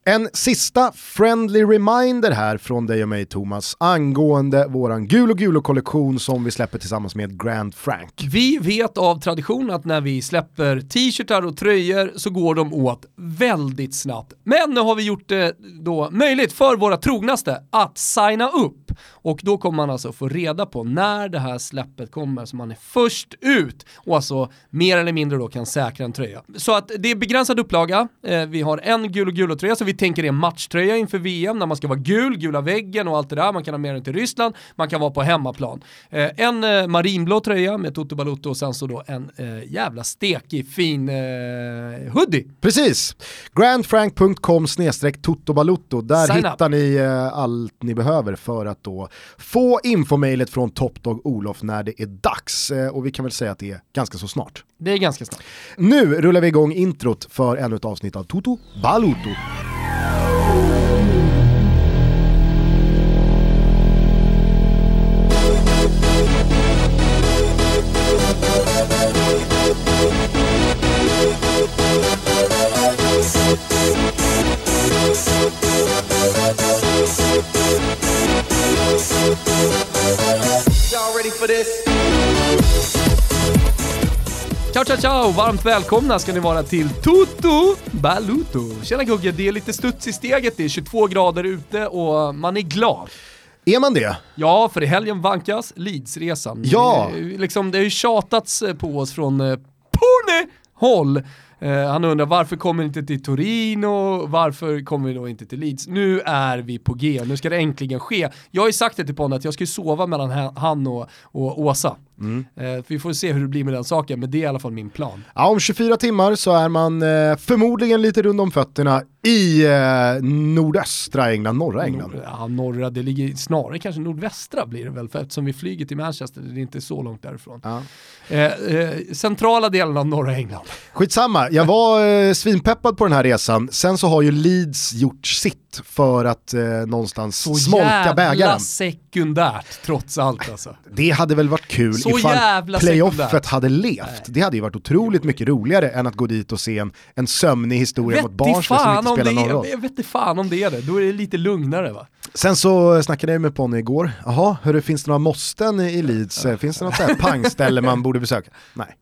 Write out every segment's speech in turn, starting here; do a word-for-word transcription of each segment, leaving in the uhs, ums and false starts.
En sista friendly reminder här från dig och mig, Thomas, angående våran gul och gulo-kollektion som vi släpper tillsammans med Grand Frank. Vi vet av tradition att när vi släpper t-shirtar och tröjor så går de åt väldigt snabbt. Men nu har vi gjort det då möjligt för våra trognaste att signa upp. Och då kommer man alltså få reda på när det här släppet kommer, så man är först ut och alltså mer eller mindre då kan säkra en tröja. Så att det är begränsad upplaga. Eh, vi har en gul och gulo-tröja, så vi tänker det är en matchtröja inför V M när man ska vara gul, gula väggen och allt det där. Man kan ha med den till Ryssland, man kan vara på hemmaplan. Eh, en eh, marinblå tröja med Toto Balotto och sen så då en eh, jävla stekig fin eh, hoodie. Precis. grandfrank punkt com snedstreck Toto Balotto. Där Sign hittar up. ni eh, allt ni behöver för att då få infomailet från Top Dog Olof när det är dags. Eh, och vi kan väl säga att det är ganska så snart. Det är ganska snart. Nu rullar vi igång introt för ännu ett avsnitt av Toto Balotto. Ciao, ciao, ciao! Varmt välkomna ska ni vara till Toto Balotto. Tjena Gugge, det är lite studs i steget, det är tjugotvå grader ute och man är glad. Är man det? Ja, för i helgen vankas Leeds-resan. Ja! Det, liksom, det har ju tjatats på oss från eh, Pone-håll. Eh, han undrar varför kommer vi inte till Torino, varför kommer vi då inte till Leeds? Nu är vi på G, nu ska det äntligen ske. Jag har ju sagt det till Pone att jag ska sova mellan han och, och Åsa. Mm. Eh, vi får se hur det blir med den saken, men det är i alla fall min plan. Ja, om tjugofyra timmar så är man eh, förmodligen lite runt om fötterna i eh, nordöstra England, norra England. Nord, ja, norra, det ligger snarare kanske nordvästra blir det väl, för eftersom vi flyger till Manchester, det är inte så långt därifrån. Ja. Eh, eh, centrala delen av norra England. Skitsamma, jag var eh, svinpeppad på den här resan. Sen så har ju Leeds gjort sitt för att eh, någonstans så smolka bägaren. Så jävla sekundärt trots allt alltså. Det hade väl varit kul så ifall playoffet sekundärt. hade levt. Nej. Det hade ju varit otroligt mycket roligare än att gå dit och se en, en sömnig historia vet mot Barnsley som inte spelar någon roll. Jag vet inte fan om det är det, då är det lite lugnare va? Sen så snackade jag med Pony igår. Jaha, hur finns det några måsten i Leeds? Finns det något så här pangställe man borde besöka? Nej.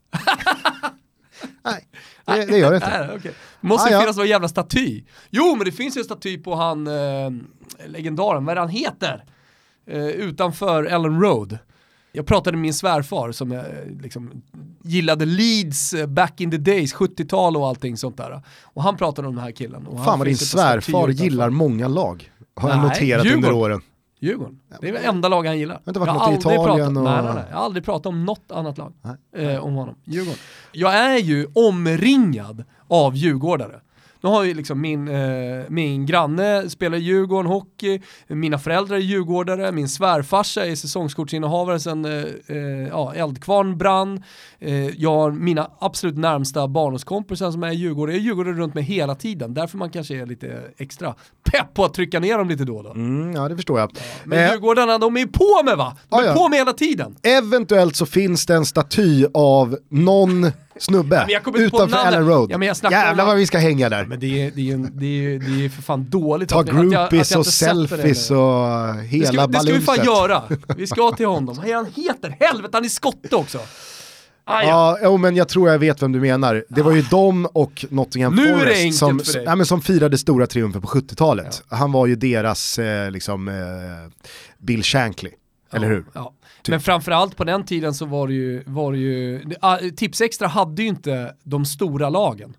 Nej, det, det gör det inte. Nej, okay. Måste ah, finnas ja. någon jävla staty. Jo, men det finns ju en staty på han eh, legendaren, vad är han heter? Eh, utanför Ellen Road. Jag pratade med min svärfar som jag, liksom, gillade Leeds back in the days, sjuttiotal och allting sånt där. Och han pratade om den här killen. Och fan vad din svärfar gillar många lag. Har jag noterat Djurgården. under åren. Djurgården. Det är det enda lag han gillar. Jag har, jag har aldrig pratat, och... nej, nej, nej, nej. Jag har aldrig pratat om något annat lag eh, om honom. Djurgården. Jag är ju omringad av djurgårdare. Nu har ju liksom min, eh, min granne spelar Djurgården hockey, mina föräldrar är djurgårdare, min svärfarsa är säsongskortsinnehavare sen eh, eh, ja, Eldkvarn brann. Eh, jag har mina absolut närmsta barndomskompisar som är djurgårdare. Jag är djurgårdare runt mig hela tiden, därför man kanske är lite extra pepp på att trycka ner dem lite då och då. Mm, ja, det förstår jag. Ja, men eh, djurgårdarna, de är på med va? De är ja, på med hela tiden. Eventuellt så finns det en staty av någon snubbe ja, utanför Ellen Road. Ja, men jag jävlar vad vi ska hänga där. Men det är, det är, en, det är, det är för fan dåligt. Ta att, groupies att jag, att jag och selfies och hela balunset. Det ska vi fan göra. Vi ska till honom. Vad han heter? Helvete, han är skotte också. Ah, ja, ja oh, men jag tror jag vet vem du menar. Det var ju ah. de och Nottingham nu Forest som, ja, men som firade stora triumfer på sjuttiotalet. Ja. Han var ju deras eh, liksom, eh, Bill Shankly. Eller ja, hur? Ja. Typ. Men framförallt på den tiden så var det ju, var det ju uh, Tipsextra hade ju inte de stora lagen.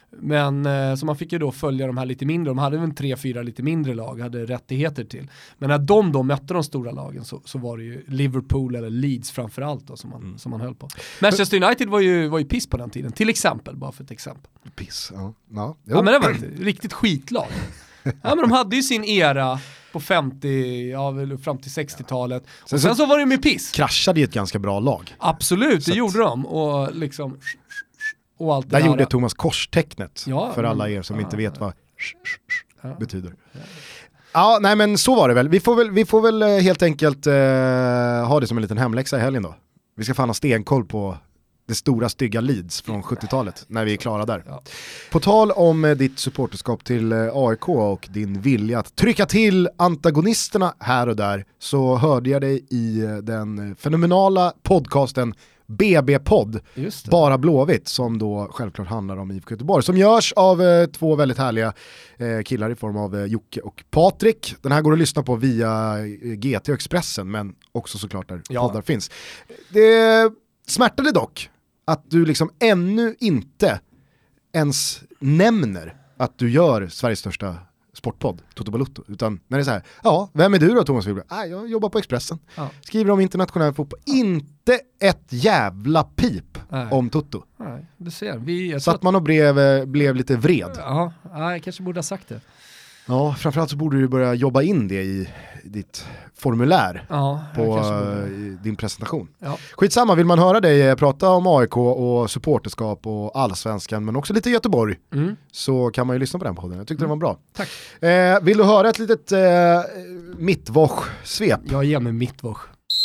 Men uh, så man fick ju då följa de här lite mindre. De hade väl tre, fyra lite mindre lag, hade rättigheter till. Men när de då mötte de stora lagen så, så var det ju Liverpool eller Leeds framförallt då, som man, mm. som man höll på. Manchester United var ju, var ju piss på den tiden, till exempel, bara för ett exempel. Piss, ja. Ja, ja men det var ett riktigt skitlag. Ja men de hade ju sin era på femtio, ja, fram till sextiotalet. Och sen, sen så var det med piss. Kraschade ju ett ganska bra lag. Absolut, det gjorde de. Och liksom... Och allt det där där gjorde Thomas korstecknet ja, för men, alla er som ja, inte vet ja. vad ja. betyder. Ja. ja, nej men så var det väl. Vi får väl, vi får väl helt enkelt uh, ha det som en liten hemläxa i helgen då. Vi ska fan ha stenkoll på det stora stygga Leeds från sjuttiotalet när vi är klara där. Ja. På tal om eh, ditt supporterskap till eh, A I K och din vilja att trycka till antagonisterna här och där, så hörde jag dig i eh, den fenomenala podcasten B B-podd, Bara Blåvitt, som då självklart handlar om I F K Göteborg, som görs av eh, två väldigt härliga eh, killar i form av eh, Jocke och Patrik. Den här går att lyssna på via eh, G T och Expressen, men också såklart där ja. poddar finns. Det smärtade dock att du liksom ännu inte ens nämner att du gör Sveriges största sportpodd, Toto Balotto, utan när det är så här, ja, vem är du då, Thomas Wilberg? Ah, jag jobbar på Expressen. Ja. Skriver om internationell fotboll. Inte ett jävla pip Nej. om Toto. Nej, du ser. Vi, så att man och blev, blev lite vred. Ja, jag kanske borde ha sagt det. Ja, framförallt så borde du börja jobba in det i ditt formulär ja, på uh, din presentation. Ja. Skitsamma, vill man höra dig prata om A I K och supporterskap och allsvenskan, men också lite Göteborg, mm. så kan man ju lyssna på den podden. Jag tyckte mm. den var bra. Tack. Eh, vill du höra ett litet eh, mittwoch-svep? Jag ger mig mittwoch.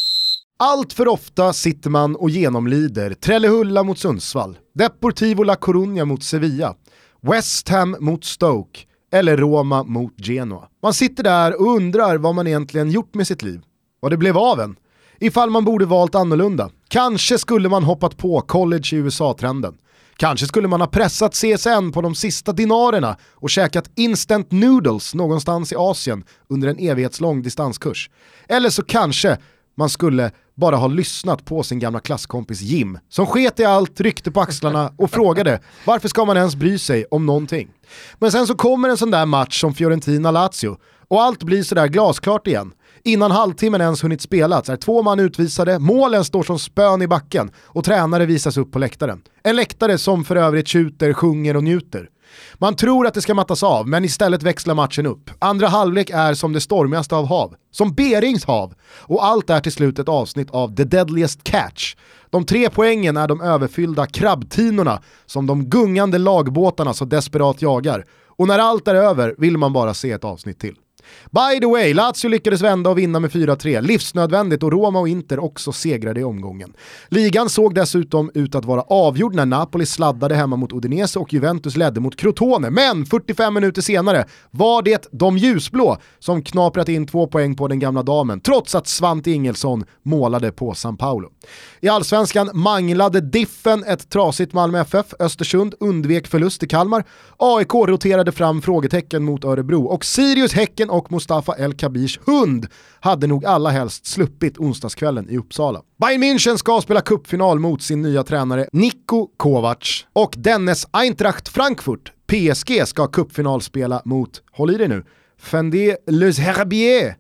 Allt för ofta sitter man och genomlider Trellehulla mot Sundsvall, Deportivo La Coruña mot Sevilla, West Ham mot Stoke eller Roma mot Genoa. Man sitter där och undrar vad man egentligen gjort med sitt liv. Vad det blev av en. Ifall man borde valt annorlunda. Kanske skulle man hoppat på college i U S A-trenden. Kanske skulle man ha pressat C S N på de sista dinarerna och käkat instant noodles någonstans i Asien under en evighetslång distanskurs. Eller så kanske man skulle bara ha lyssnat på sin gamla klasskompis Jim, som sket i allt, ryckte på axlarna och frågade varför ska man ens bry sig om någonting. Men sen så kommer en sån där match som Fiorentina-Lazio och allt blir sådär glasklart igen. Innan halvtimmen ens hunnit spelas är två man utvisade, målen står som spön i backen och tränare visas upp på läktaren. En läktare som för övrigt tjuter, sjunger och njuter. Man tror att det ska mattas av, men istället växlar matchen upp. Andra halvlek är som det stormigaste av hav, som Berings hav, och allt är till slut ett avsnitt av The Deadliest Catch. De tre poängen är de överfyllda krabbtinorna som de gungande lagbåtarna så desperat jagar. Och när allt är över vill man bara se ett avsnitt till. By the way, Lazio lyckades vända och vinna med fyra tre. Livsnödvändigt, och Roma och Inter också segrade i omgången. Ligan såg dessutom ut att vara avgjord när Napoli sladdade hemma mot Udinese och Juventus ledde mot Crotone. Men fyrtiofem minuter senare var det de ljusblå som knaprat in två poäng på den gamla damen, trots att Svante Ingelsson målade på San Paulo. I allsvenskan manglade Diffen ett trasigt Malmö F F. Östersund undvek förlust i Kalmar. A I K roterade fram frågetecken mot Örebro och Sirius, Häcken och Mustafa El Kabirs hund hade nog alla helst sluppit onsdagskvällen i Uppsala. Bayern München ska spela cupfinal mot sin nya tränare Niko Kovac, och Dennis Eintracht Frankfurt, P S G, ska cupfinal spela mot, håll i det nu, Fendi Les Herbiers.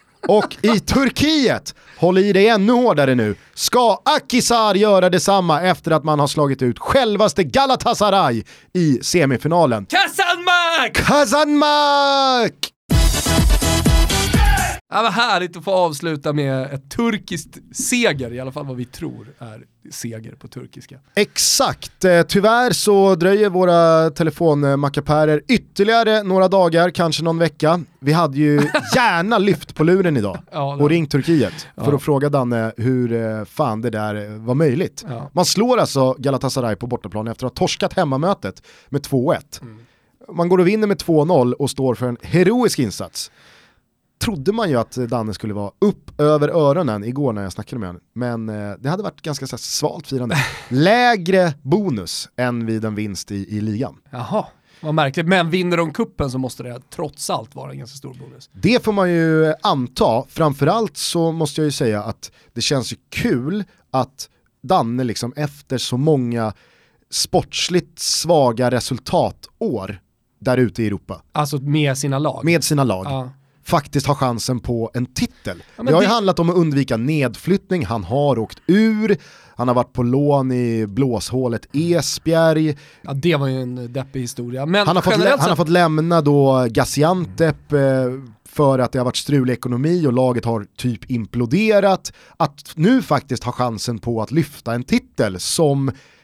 Och i Turkiet, håll i dig ännu hårdare nu, ska Akhisar göra detsamma efter att man har slagit ut självaste Galatasaray i semifinalen. Kazanmak! Kazanmak! Ja, vad härligt att få avsluta med ett turkiskt seger, i alla fall vad vi tror är seger på turkiska. Exakt, tyvärr så dröjer våra telefonmackapärer ytterligare några dagar, kanske någon vecka. Vi hade ju gärna lyft på luren idag ja, och ringt Turkiet ja. för att fråga Danne hur fan det där var möjligt. Ja. Man slår alltså Galatasaray på bortaplan efter att ha torskat hemmamötet med två ett. Mm. Man går och vinner med två noll och står för en heroisk insats. Trodde man ju att Danne skulle vara upp över öronen igår när jag snackade med honom. Men eh, det hade varit ganska så här, svalt firande. Lägre bonus än vid en vinst i, i ligan. Jaha, vad märkligt. Men vinner de kuppen så måste det trots allt vara en ganska stor bonus. Det får man ju anta. Framförallt så måste jag ju säga att det känns ju kul att Danne liksom efter så många sportsligt svaga resultatår där ute i Europa. Alltså med sina lag. Med sina lag. Ja. Faktiskt har chansen på en titel. Ja, det har ju det... handlat om att undvika nedflyttning. Han har åkt ur. Han har varit på lån i blåshålet Esbjerg. Ja, det var ju en deppig historia. Men han, har fått lä- han har fått lämna då Gaziantep eh, för att det har varit strul ekonomi och laget har typ imploderat. Att nu faktiskt ha chansen på att lyfta en titel som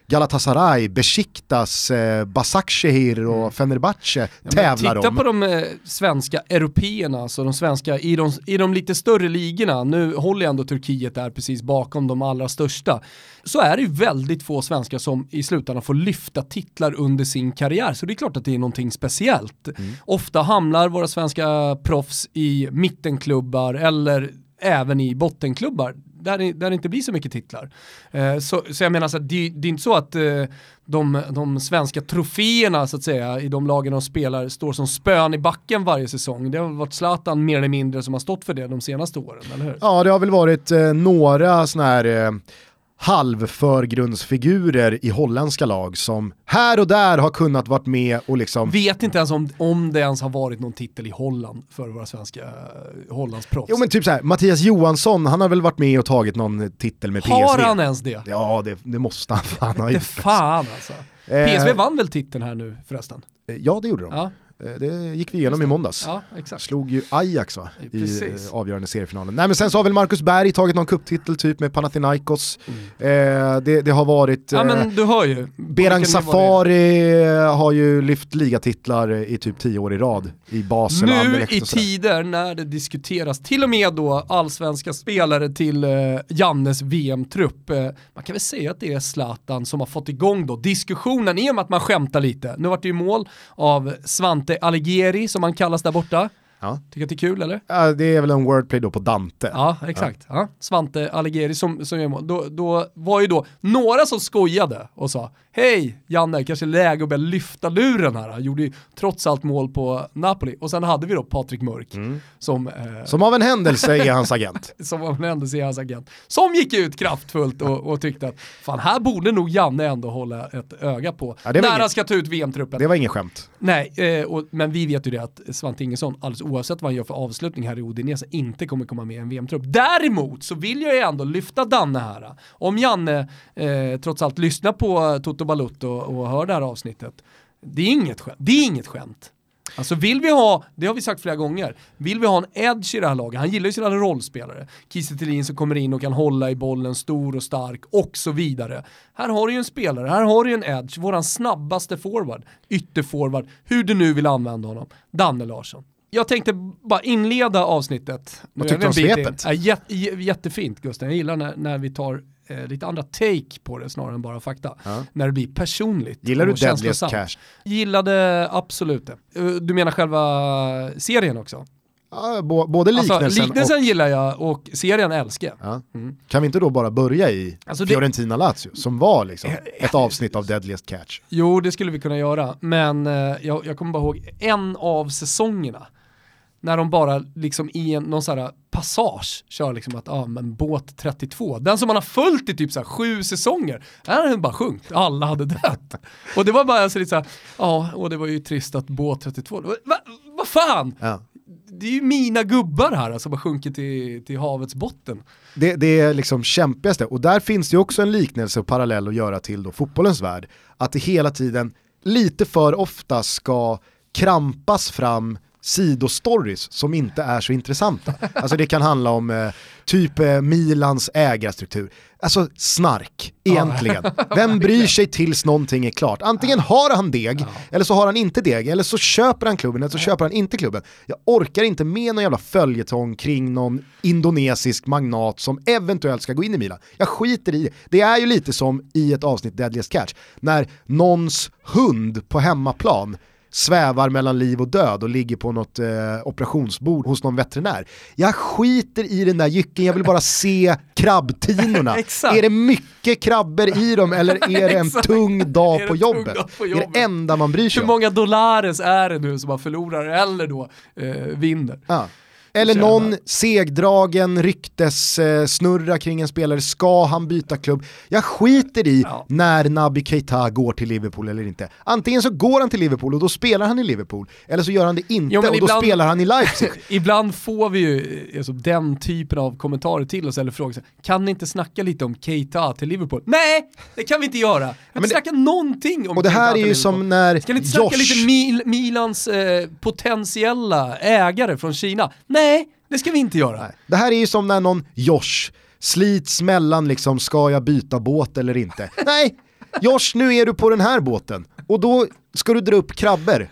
Galatasaray, Besiktas, eh, Başakşehir och mm. Fenerbahce ja, tävlar titta om. Titta på de eh, svenska européerna, alltså de svenska i de, i de lite större ligorna. Nu håller jag ändå Turkiet där precis bakom de allra största. Så är det ju väldigt få svenskar som i slutändan får lyfta titlar under sin karriär. Så det är klart att det är någonting speciellt. Mm. Ofta hamnar våra svenska proffs i mittenklubbar eller även i bottenklubbar. Där det, där det inte blir så mycket titlar. Eh, så, så jag menar så att det, det är inte så att eh, de, de svenska troféerna så att säga i de lagen de spelar står som spön i backen varje säsong. Det har varit Zlatan mer eller mindre som har stått för det de senaste åren, eller hur? Ja, det har väl varit eh, några såna här eh, halvförgrundsfigurer i holländska lag som här och där har kunnat varit med och liksom... Vet inte ens om, om det ens har varit någon titel i Holland för våra svenska uh, Hollandsproffs. Jo men typ så här, Mattias Johansson, han har väl varit med och tagit någon titel med P S V. Har han ens det? Ja, det, det måste han fan ha gjort. Det fan alltså. P S V eh, vann väl titeln här nu förresten? Ja, det gjorde de. Ja. Det gick vi igenom i måndags. Ja, exakt. Slog ju Ajax va? I avgörande seriefinalen. Nej men sen så har väl Marcus Berg tagit någon kupptitel typ med Panathinaikos. Mm. Eh, det, det har varit... Ja men du hör ju. Berang Safari har ju lyft ligatitlar i typ tio år i rad i Basel. Nu i tider när det diskuteras till och med då allsvenska spelare till eh, Jannes V M-trupp. Eh, man kan väl säga att det är Zlatan som har fått igång då diskussionen i och med att man skämtar lite. Nu var det ju mål av Svante Allegri som han kallas där borta. Ja. Tycker att det är kul eller? Ja, det är väl en wordplay då på Dante. Ja, exakt. Ja. Ja. Svante Allegri som, som gör mål. Då, då var ju då några som skojade och sa hej Janne, kanske läge att börja lyfta luren här. Han gjorde ju trots allt mål på Napoli. Och sen hade vi då Patrik Mörk. Mm. Som, eh, som av en händelse är hans agent. som av en händelse är hans agent. Som gick ut kraftfullt och, och tyckte att fan, här borde nog Janne ändå hålla ett öga på. Ja, när inget, han ska ta ut V M-truppen. Det var ingen skämt. Nej, eh, och, men vi vet ju det att Svante Ingesson, alldeles oavsett vad han gör för avslutning här i Udinese, inte kommer komma med i en V M-trupp. Däremot så vill jag ju ändå lyfta Danne här. Om Janne eh, trots allt lyssnar på Toto Balutto och, och hör det här avsnittet. Det är inget skämt. Det är inget skämt. Alltså vill vi ha, det har vi sagt flera gånger, vill vi ha en edge i det här laget, han gillar ju sina rollspelare, Kiese Thelin som kommer in och kan hålla i bollen stor och stark och så vidare. Här har du ju en spelare, här har du ju en edge, våran snabbaste forward, ytterforward, hur du nu vill använda honom, Danne Larsson. Jag tänkte bara inleda avsnittet. Vad tyckte du om svepet? Ja, jätte, jättefint Gustav, jag gillar när, när vi tar eh, lite andra take på det snarare än bara fakta. Ja. När det blir personligt. Gillar du Deadliest Cash? Gillade absolut det. Du menar själva serien också? Ja, b- både liknelsen, alltså, liknelsen och... gillar jag och serien älskar jag. Ja. Mm. Kan vi inte då bara börja i alltså Fiorentina det... Lazio som var liksom ett avsnitt av Deadliest Catch? Jo, det skulle vi kunna göra. Men eh, jag, jag kommer bara ihåg en av säsongerna när de bara liksom i en, någon sån här passage kör liksom att, ja ah, men båt trettiotvå, den som man har följt i typ så här sju säsonger, där den bara sjunkit, alla hade dött. Och det var bara så lite så här, ja, och det var ju trist att båt trettiotvå, vad va, va fan? Ja. Det är ju mina gubbar här som alltså, har sjunkit till, till havets botten. Det, det är liksom kämpigaste, och där finns det också en liknelse och parallell att göra till då fotbollens värld, att det hela tiden lite för ofta ska krampas fram sidostories som inte är så intressanta. Alltså det kan handla om eh, typ eh, Milans ägarstruktur. Alltså snark, egentligen. Vem bryr sig tills någonting är klart? Antingen har han deg, eller så har han inte deg, eller så köper han klubben, eller så köper han inte klubben. Jag orkar inte med någon jävla följetong kring någon indonesisk magnat som eventuellt ska gå in i Milan. Jag skiter i det. Det är ju lite som i ett avsnitt Deadliest Catch, när någons hund på hemmaplan svävar mellan liv och död och ligger på något eh, operationsbord hos någon veterinär. Jag skiter i den där jycken, jag vill bara se krabbtinorna. Är det mycket krabber i dem eller är det en tung dag på jobbet? Dag på jobbet? Är det enda man bryr sig om? Hur många dollares är det nu som man förlorar eller då eh, vinner? Ja. Eller någon segdragen ryktes eh, snurra kring en spelare, ska han byta klubb? Jag skiter i ja. när Naby Keita går till Liverpool eller inte. Antingen så går han till Liverpool och då spelar han i Liverpool, eller så gör han det inte jo, och ibland, då spelar han i Leipzig. Ibland får vi ju alltså, den typen av kommentarer till oss eller frågor. Kan ni inte snacka lite om Keita till Liverpool? Nej, det kan vi inte göra. Kan ja, inte snacka det, någonting om och det här Keita är ju som när Ska ni inte snacka Josh... lite Mil- Milans eh, potentiella ägare från Kina? Nej. Nej, det ska vi inte göra. Nej. Det här är ju som när någon Josh slits mellan liksom, ska jag byta båt eller inte? Nej, Josh, nu är du på den här båten och då ska du dra upp krabbor.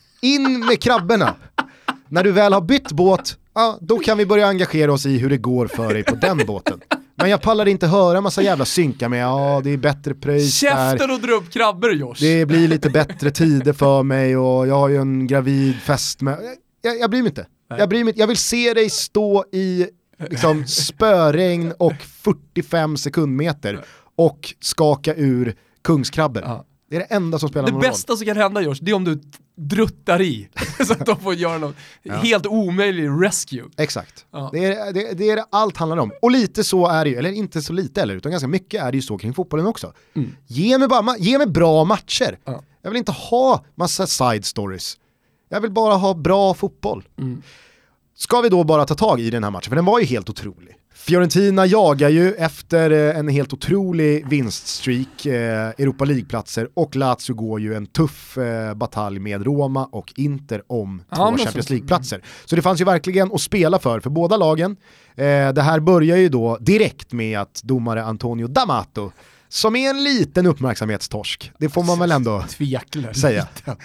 In med krabborna. När du väl har bytt båt, ja, då kan vi börja engagera oss i hur det går för dig på den båten. Men jag pallar inte höra en massa jävla synka med, ja det är bättre pröjs där. Käften och dra upp krabbor, Josh. Det blir lite bättre tider för mig och jag har ju en gravid fest med. Jag, jag bryr mig inte. Jag bryr mig inte. Jag vill se dig stå i liksom, spöregn och fyrtiofem sekundmeter och skaka ur kungskrabbor. Ja. Det är det enda som spelar det någon roll. Det bästa som kan hända, Josh, det är om du druttar i så att de får göra någon ja. helt omöjlig rescue. Exakt. Ja. Det, är, det, det är det allt handlar om. Och lite så är det ju, eller inte så lite eller, utan ganska mycket är det ju så kring fotbollen också. Mm. Ge mig bara, ge mig bra matcher. Ja. Jag vill inte ha massa side stories. Jag vill bara ha bra fotboll. Mm. Ska vi då bara ta tag i den här matchen? För den var ju helt otrolig. Fiorentina jagar ju efter en helt otrolig vinststreak eh, Europa League-platser och Lazio går ju en tuff eh, batalj med Roma och Inter om ja, två Champions League-platser. Så det fanns ju verkligen att spela för för båda lagen. Eh, det här börjar ju då direkt med att domare Antonio D'Amato, som är en liten uppmärksamhetstorsk, det får man väl ändå Tveklar. säga.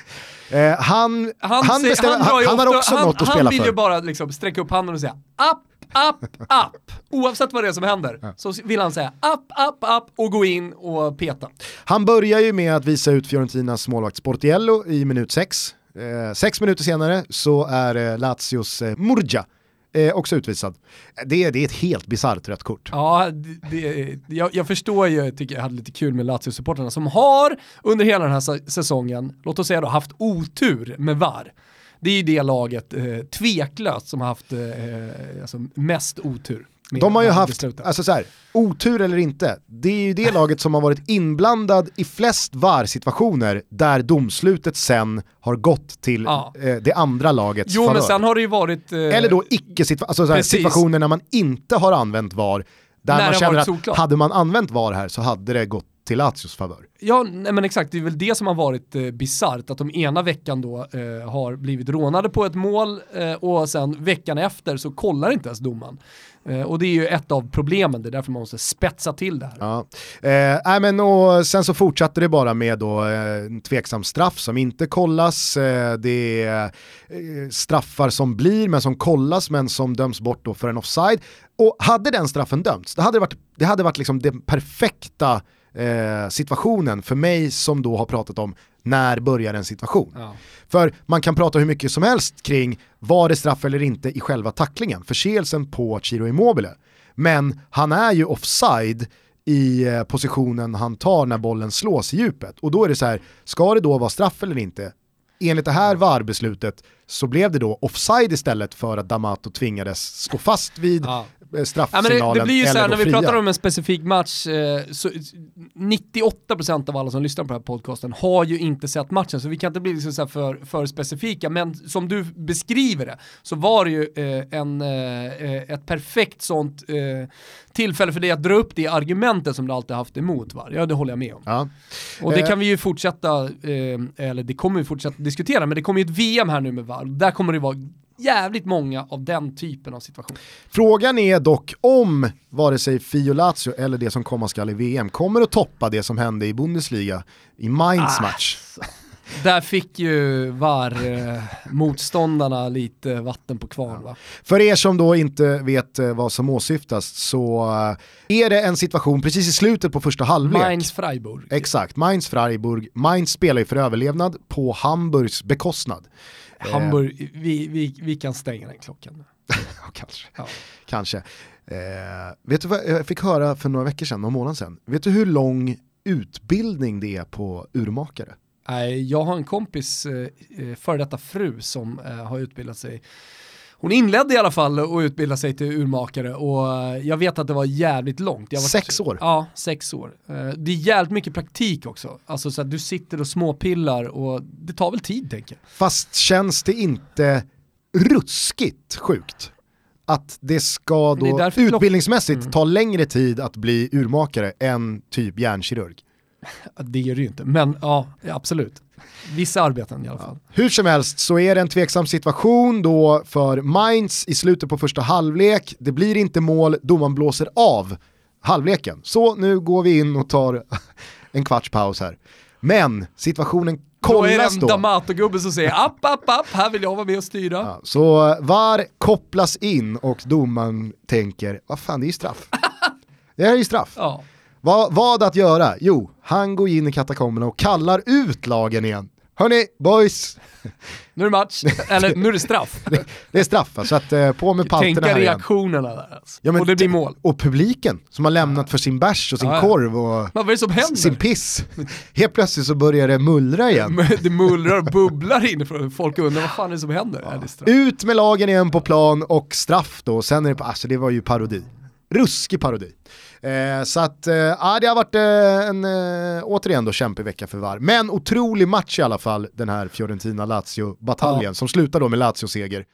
Eh, han, han, han, bestämmer, han, han, han har också han, något att spela för. Han vill ju bara liksom sträcka upp handen och säga upp, upp, upp. Oavsett vad det är som händer ja. så vill han säga upp, upp, upp och gå in och peta. Han börjar ju med att visa ut Fiorentinas målvakt Sportiello i minut sex. Eh, sex minuter senare så är eh, Lazios eh, Murgia Eh, också utvisad. Det, det är ett helt bizarrt rött kort. Ja, det, det, jag, jag förstår ju, jag tycker jag hade lite kul med Lazio-supporterna som har under hela den här säsongen, låt oss säga då, haft otur med V A R. Det är ju det laget eh, tveklöst som har haft eh, alltså mest otur. De har ju haft, alltså så här, otur eller inte, det är ju det laget som har varit inblandad i flest V A R-situationer där domslutet sen har gått till ja. eh, det andra lagets Jo, favör. men sen har det ju varit... Eh, eller då icke-situationer, alltså så här, situationer när man inte har använt V A R, där när man känner att såklart. hade man använt V A R här så hade det gått till Lazios favör. Ja, nej, men exakt, det är väl det som har varit eh, bizarrt, att de ena veckan då eh, har blivit rånade på ett mål eh, och sen veckan efter så kollar inte ens domaren. Eh, och det är ju ett av problemen, det är därför man måste spetsa till det här. Ja. Eh, äh, men och sen så fortsatte det bara med då, eh, en tveksam straff som inte kollas. Eh, det är eh, straffar som blir men som kollas men som döms bort då för en offside. Och hade den straffen dömts, det hade varit, det hade varit liksom den perfekta Eh, situationen för mig som då har pratat om när börjar en situation. Ja. För man kan prata hur mycket som helst kring var det straff eller inte i själva tacklingen, förseelsen på Ciro Immobile. Men han är ju offside i eh, positionen han tar när bollen slås i djupet. Och då är det så här, ska det då vara straff eller inte? Enligt det här V A R-beslutet så blev det då offside istället för att D'Amato tvingades stå fast vid ja. straffsignalen. Ja, men det, det blir ju så här, när vi fria. pratar om en specifik match, eh, så nittioåtta procent av alla som lyssnar på den här podcasten har ju inte sett matchen, så vi kan inte bli liksom så här för, för specifika, men som du beskriver det så var det ju eh, en, eh, ett perfekt sånt eh, tillfälle för dig att dra upp det argumentet som du alltid haft emot V A R. Ja, det håller jag med om. Ja. Och det kan vi ju fortsätta, eh, eller det kommer vi fortsätta diskutera, men det kommer ju ett V M här nu med V A R. Där kommer det vara jävligt många av den typen av situationer. Frågan är dock om vare sig Fio Lazio eller det som komma skall i V M kommer att toppa det som hände i Bundesliga i Mainz match. Ah, där fick ju V A R-motståndarna lite vatten på kvarn, va? För er som då inte vet vad som åsyftas så är det en situation precis i slutet på första halvlek. Mainz-Freiburg. Exakt, Mainz-Freiburg. Mainz spelar ju för överlevnad på Hamburgs bekostnad. Hamburg, eh. vi, vi, vi kan stänga den klockan. Kanske. Ja. Kanske. Eh, vet du vad jag fick höra för några veckor sedan, några månader sedan? Vet du hur lång utbildning det är på urmakare? Nej, jag har en kompis, eh, före detta fru, som eh, har utbildat sig. Hon inledde i alla fall att utbilda sig till urmakare och jag vet att det var jävligt långt. Jag var sex år? Ja, sex år. Det är jävligt mycket praktik också. Alltså så att du sitter och småpillar och det tar väl tid, tänker jag. Fast känns det inte ruskigt sjukt att det ska då det utbildningsmässigt mm. ta längre tid att bli urmakare än typ hjärnkirurg? Det gör det ju inte, men ja, absolut. Vissa arbeten i alla fall. Ja. Hur som helst så är det en tveksam situation då för Mainz i slutet på första halvlek. Det blir inte mål, domaren blåser av halvleken. Så nu går vi in och tar en kvarts paus här. Men situationen kollas då. Då är det en D'Amato-gubbe som säger app, app, app, här vill jag vara med och styra. Ja, så V A R kopplas in och domaren tänker, vad fan, det är ju straff. Det är ju straff. Ja. Va, vad att göra? Jo, han går in i katakomberna och kallar ut lagen igen. Hörni, boys. Nu är det match, eller nu är det straff. det, det är straff, så att eh, på med palterna Tänka här reaktionerna igen. där alltså. Ja, men och det blir mål. Och publiken som har lämnat för sin bärs och sin ja, ja. korv och vad är det som händer? sin piss. Helt plötsligt så börjar det mullra igen. Det mullrar och bubblar inifrån. Folk undrar vad fan är det som händer. Ja. Ja, det ut med lagen igen på plan och straff då. Sen är det, alltså det var ju parodi. Ruskig parodi. Eh, så att, eh, ja, det har varit eh, en eh, återigen då kämpig vecka för V A R. Men otrolig match i alla fall, den här Fiorentina-Lazio-bataljen ja. som slutar då med Lazio-seger.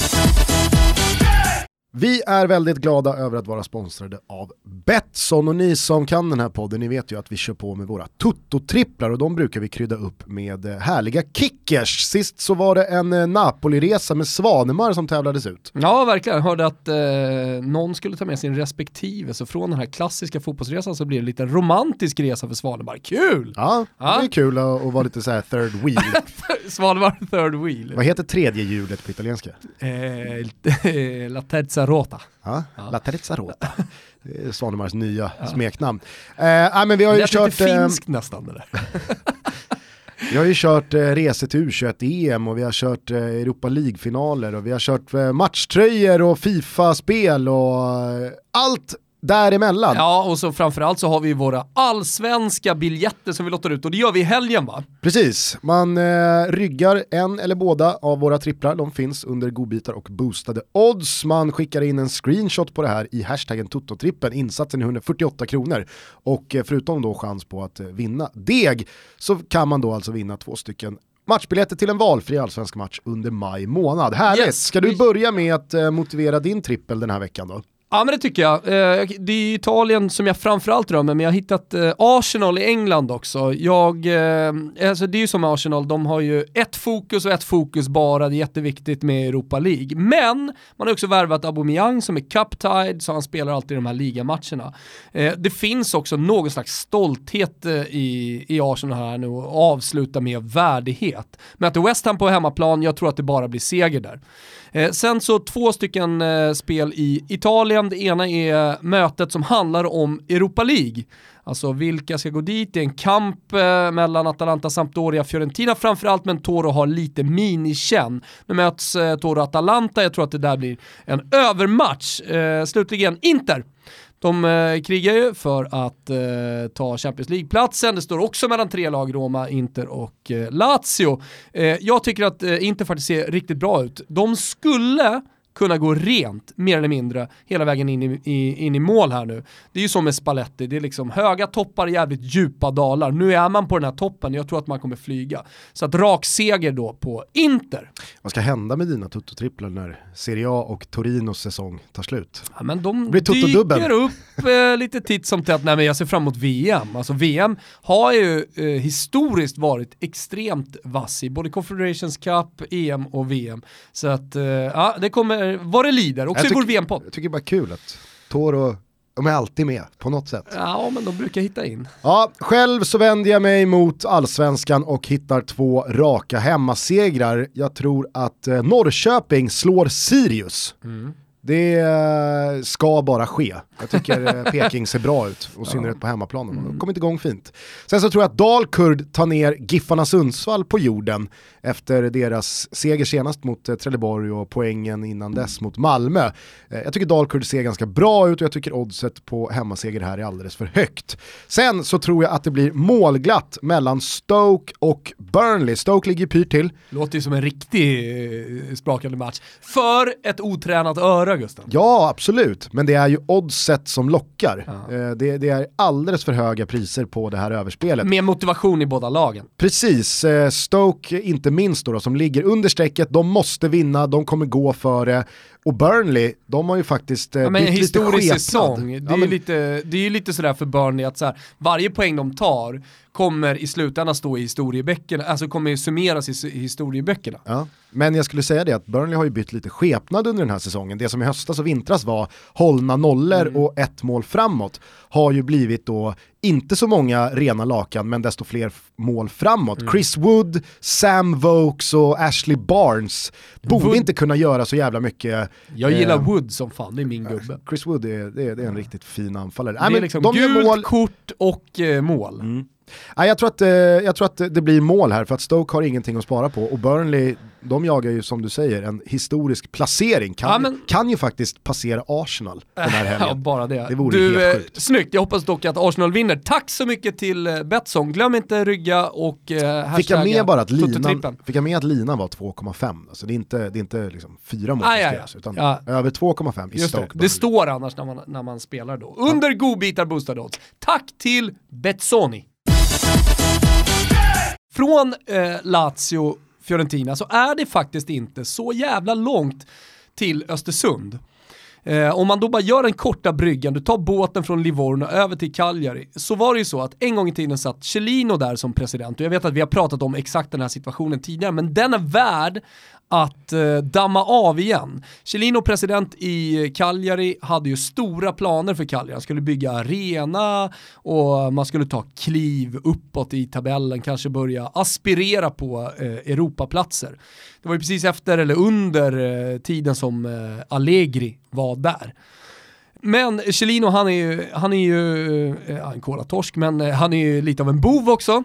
Vi är väldigt glada över att vara sponsrade av Betsson, och ni som kan den här podden, ni vet ju att vi kör på med våra Toto-tripplar och de brukar vi krydda upp med härliga kickers. Sist så var det en Napoli-resa med Svanemar som tävlades ut. Ja, verkligen. Jag hörde att eh, någon skulle ta med sin respektive, så från den här klassiska fotbollsresan så blir det lite romantisk resa för Svanemar. Kul! Ja, ja. Det är kul att, att vara lite så här third wheel. Svanemar third wheel. Vad heter tredje hjulet på italienska? Eh, La terza rota. Ja, ja. La terza rota. Det är Svanemars nya ja. smeknamn. Eh, äh, men vi har ju det är kört... lite finskt eh, nästan det där. Vi har ju kört eh, resor till U tjugoett E M och vi har kört eh, Europa League-finaler och vi har kört eh, matchtröjor och FIFA-spel och eh, allt däremellan. Ja, och så framförallt så har vi våra allsvenska biljetter som vi lottar ut, och det gör vi i helgen, va? Precis, man eh, ryggar en eller båda av våra tripplar, de finns under godbitar och boostade odds. Man skickar in en screenshot på det här i hashtaggen Tototrippen, insatsen är hundrafyrtioåtta kronor, och eh, förutom då chans på att eh, vinna deg så kan man då alltså vinna två stycken matchbiljetter till en valfri allsvensk match under maj månad. Härligt! Yes. Ska du börja med att eh, motivera din trippel den här veckan då? Ja, men det tycker jag. Det är Italien som jag framförallt drömmer, men jag har hittat Arsenal i England också. Jag, alltså det är ju som Arsenal, de har ju ett fokus och ett fokus bara, det är jätteviktigt med Europa League. Men man har också värvat Aubameyang som är cup-tied, så han spelar alltid i de här ligamatcherna. Det finns också någon slags stolthet i, i Arsenal här nu, och avsluta med värdighet. Möter West Ham på hemmaplan, jag tror att det bara blir seger där. Eh, sen så två stycken eh, spel i Italien. Det ena är mötet som handlar om Europa League. Alltså vilka ska gå dit? Det är en kamp eh, mellan Atalanta, Sampdoria, Fiorentina framförallt, men Toro har lite minikänn. Nu möts eh, Toro Atalanta, jag tror att det där blir en övermatch. Eh, slutligen Inter. De eh, krigar ju för att eh, ta Champions League-platsen. Det står också mellan tre lag, Roma, Inter och eh, Lazio. Eh, jag tycker att eh, Inter faktiskt ser riktigt bra ut. De skulle kunna gå rent, mer eller mindre, hela vägen in i, i, in i mål här nu. Det är ju som med Spalletti, det är liksom höga toppar, jävligt djupa dalar. Nu är man på den här toppen, jag tror att man kommer flyga. Så att rak seger då på Inter. Vad ska hända med dina Toto-tripplar när Serie A och Torinos säsong tar slut? Ja, men de dyker upp eh, lite titt som tätt. Nej, men jag ser fram emot V M. Alltså V M har ju eh, historiskt varit extremt vass i både Confederations Cup, E M och V M. Så att eh, ja, det kommer vad det lider. Också i vår V M-podd. Jag tycker bara kul att Toro, de är alltid med på något sätt. Ja, men de brukar hitta in. Ja, själv så vänder jag mig mot allsvenskan och hittar två raka hemmasegrar. Jag tror att eh, Norrköping slår Sirius. Mm. Det ska bara ske. Jag tycker Peking ser bra ut, och synnerhet ja. på hemmaplanen. De har kommit igång fint. Sen så tror jag att Dalkurd tar ner Giffarna Sundsvall på jorden efter deras seger senast mot Trelleborg och poängen innan dess mot Malmö. Jag tycker Dalkurd ser ganska bra ut, och jag tycker oddset på hemmaseger här är alldeles för högt. Sen så tror jag att det blir målglatt mellan Stoke och Burnley. Stoke ligger pyrt till. Låter ju som en riktig sprakande match. För ett otränat öra, Gustav. Ja, absolut. Men det är ju oddset som lockar. Ja. Det, det är alldeles för höga priser på det här överspelet. Med motivation i båda lagen. Precis. Stoke inte minst då, då som ligger under strecket. De måste vinna, de kommer gå för det. Och Burnley, de har ju faktiskt ja, men bytt lite skepnad. Säsong. Det är, ja, men... lite, det är ju lite sådär för Burnley att så här, varje poäng de tar kommer i slutändan stå i historieböckerna, alltså kommer summeras i, i historieböckerna. Ja. Men jag skulle säga det att Burnley har ju bytt lite skepnad under den här säsongen. Det som i höstas och vintras var hållna nollor mm. och ett mål framåt har ju blivit då inte så många rena lakan men desto fler mål framåt. Mm. Chris Wood, Sam Vokes och Ashley Barnes borde Wood. inte kunna göra så jävla mycket. Jag gillar eh, Wood som fan, det är min gubbe. Chris Wood är, det är, det är en riktigt fin anfallare. Det är Nej, liksom de gult, mål... kort och eh, mål. Mm. Nej, jag, tror att, eh, jag tror att det blir mål här för att Stoke har ingenting att spara på och Burnley, de jagar ju som du säger en historisk placering, kan, ja, men... kan ju faktiskt passera Arsenal den här helgen. Ja, bara det. Det vore du, helt sjukt. Eh, snyggt, jag hoppas dock att Arsenal vinner. Tack så mycket till eh, Betsson, glöm inte rygga och eh, fick jag med bara att linan, fick jag med att linan var två komma fem, alltså det är inte, det är inte liksom fyra mål ah, ja, ja. utan ja. över två komma fem i Stoke. Det. det står annars när man, när man spelar då. Under ja. godbitar boostade odds. Tack till Betssoni. Från eh, Lazio Fiorentina så är det faktiskt inte så jävla långt till Östersund. Eh, om man då bara gör en korta bryggan, du tar båten från Livorno över till Cagliari, så var det ju så att en gång i tiden satt Cellino där som president och jag vet att vi har pratat om exakt den här situationen tidigare, men den är värd att eh, damma av igen. Cellino, president i Cagliari, hade ju stora planer för Cagliari. Han skulle bygga arena och man skulle ta kliv uppåt i tabellen, kanske börja aspirera på eh, Europaplatser. Det var ju precis efter eller under eh, tiden som eh, Allegri var där. Men Cellino, han är ju, han är ju eh, en kolatorsk, men eh, han är ju lite av en bov också.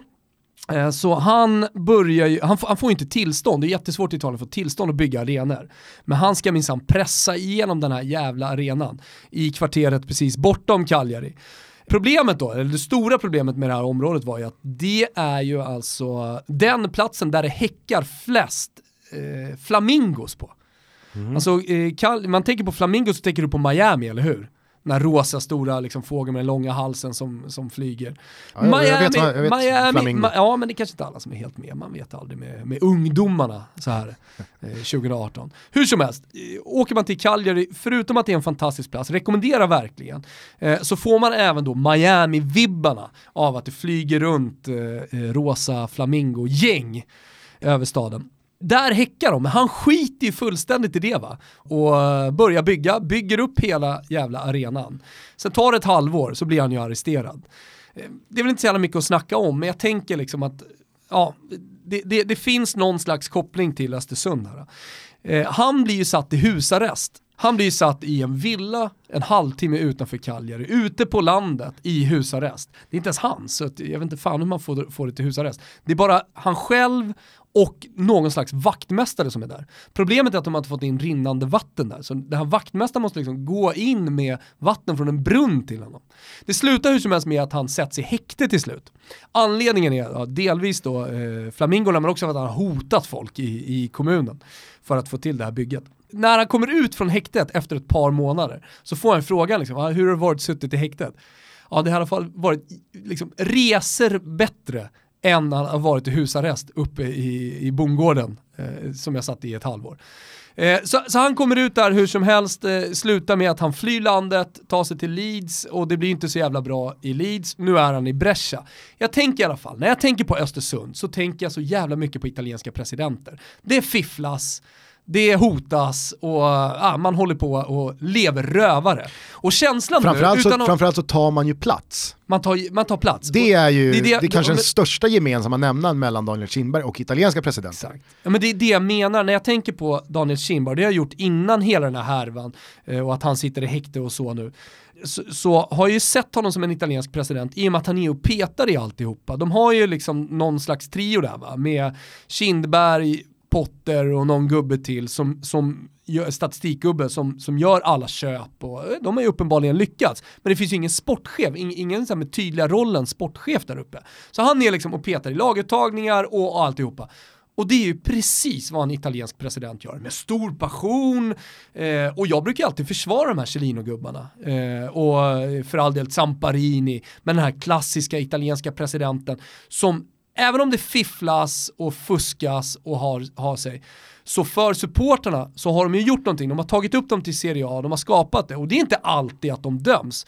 Så han börjar ju, han, han får inte tillstånd, det är jättesvårt i Italien att få tillstånd att bygga arenor. Men han ska minsann pressa igenom den här jävla arenan i kvarteret precis bortom Cagliari. Problemet då, eller det stora problemet med det här området var ju att det är ju alltså den platsen där det häckar flest eh, flamingos på. Mm. Alltså, eh, man tänker på flamingos så tänker du på Miami, eller hur? Den här rosa stora liksom, fågeln med den långa halsen som, som flyger. Ja, jag, Miami, jag vet, jag vet Miami ma- ja, men det är kanske inte alla som är helt med. Man vet aldrig med, med ungdomarna så här eh, tjugo arton. Hur som helst, eh, åker man till Cagliari, förutom att det är en fantastisk plats, rekommenderar verkligen, eh, så får man även då Miami-vibbarna av att det flyger runt eh, rosa flamingo-gäng över staden. Där häckar de, men han skiter ju fullständigt i det, va? Och börjar bygga, bygger upp hela jävla arenan. Sen tar det ett halvår så blir han ju arresterad. Det är väl inte så jävla mycket att snacka om, men jag tänker liksom att ja, det, det, det finns någon slags koppling till Östersund här. Eh, han blir ju satt i husarrest. Han blir satt i en villa en halvtimme utanför Cagliari, ute på landet i husarrest. Det är inte ens hans, så jag vet inte fan hur man får, får det till husarrest. Det är bara han själv och någon slags vaktmästare som är där. Problemet är att de inte fått in rinnande vatten där. Så den här vaktmästaren måste liksom gå in med vatten från en brunn till honom. Det slutar hur som helst med att han sätts i häkte till slut. Anledningen är ja, delvis då eh, flamingorna, men också att han har hotat folk i, i kommunen för att få till det här bygget. När han kommer ut från häktet efter ett par månader så får han frågan liksom, ah, hur har det varit suttit i häktet? Ja, det har i alla fall varit liksom, reser bättre än han har varit i husarrest uppe i, i bondgården eh, som jag satt i ett halvår. Eh, så, så han kommer ut där hur som helst, eh, slutar med att han flyr landet, tar sig till Leeds och det blir inte så jävla bra i Leeds. Nu är han i Brescia. Jag tänker i alla fall, när jag tänker på Östersund så tänker jag så jävla mycket på italienska presidenter. Det fifflas, det hotas och ah, man håller på och lever rövare. Och känslan framförallt nu... Så, utan framförallt så tar man ju plats. Man tar, man tar plats. Det är ju det, är det, det är kanske det, den största gemensamma nämnaren mellan Daniel Kindberg och italienska presidenter. Exakt. Ja, men det är det jag menar när jag tänker på Daniel Kindberg. Det har jag gjort innan hela den här härvan och att han sitter i häkte och så nu. Så, så har jag ju sett honom som en italiensk president i och med att han är och petar i alltihopa. De har ju liksom någon slags trio där, va? Med Kindberg, Potter och någon gubbe till som, som gör, statistikgubbe som, som gör alla köp och de har ju uppenbarligen lyckats. Men det finns ju ingen sportchef, ingen, ingen så här med tydliga rollen sportchef där uppe. Så han är liksom och petar i laguttagningar och alltihopa. Och det är ju precis vad en italiensk president gör. Med stor passion. Eh, och jag brukar alltid försvara de här Cellino-gubbarna. Eh, och för all del Zamparini. Men den här klassiska italienska presidenten som även om det fifflas och fuskas och har, har sig, så för supporterna så har de ju gjort någonting. De har tagit upp dem till Serie A, de har skapat det. Och det är inte alltid att de döms.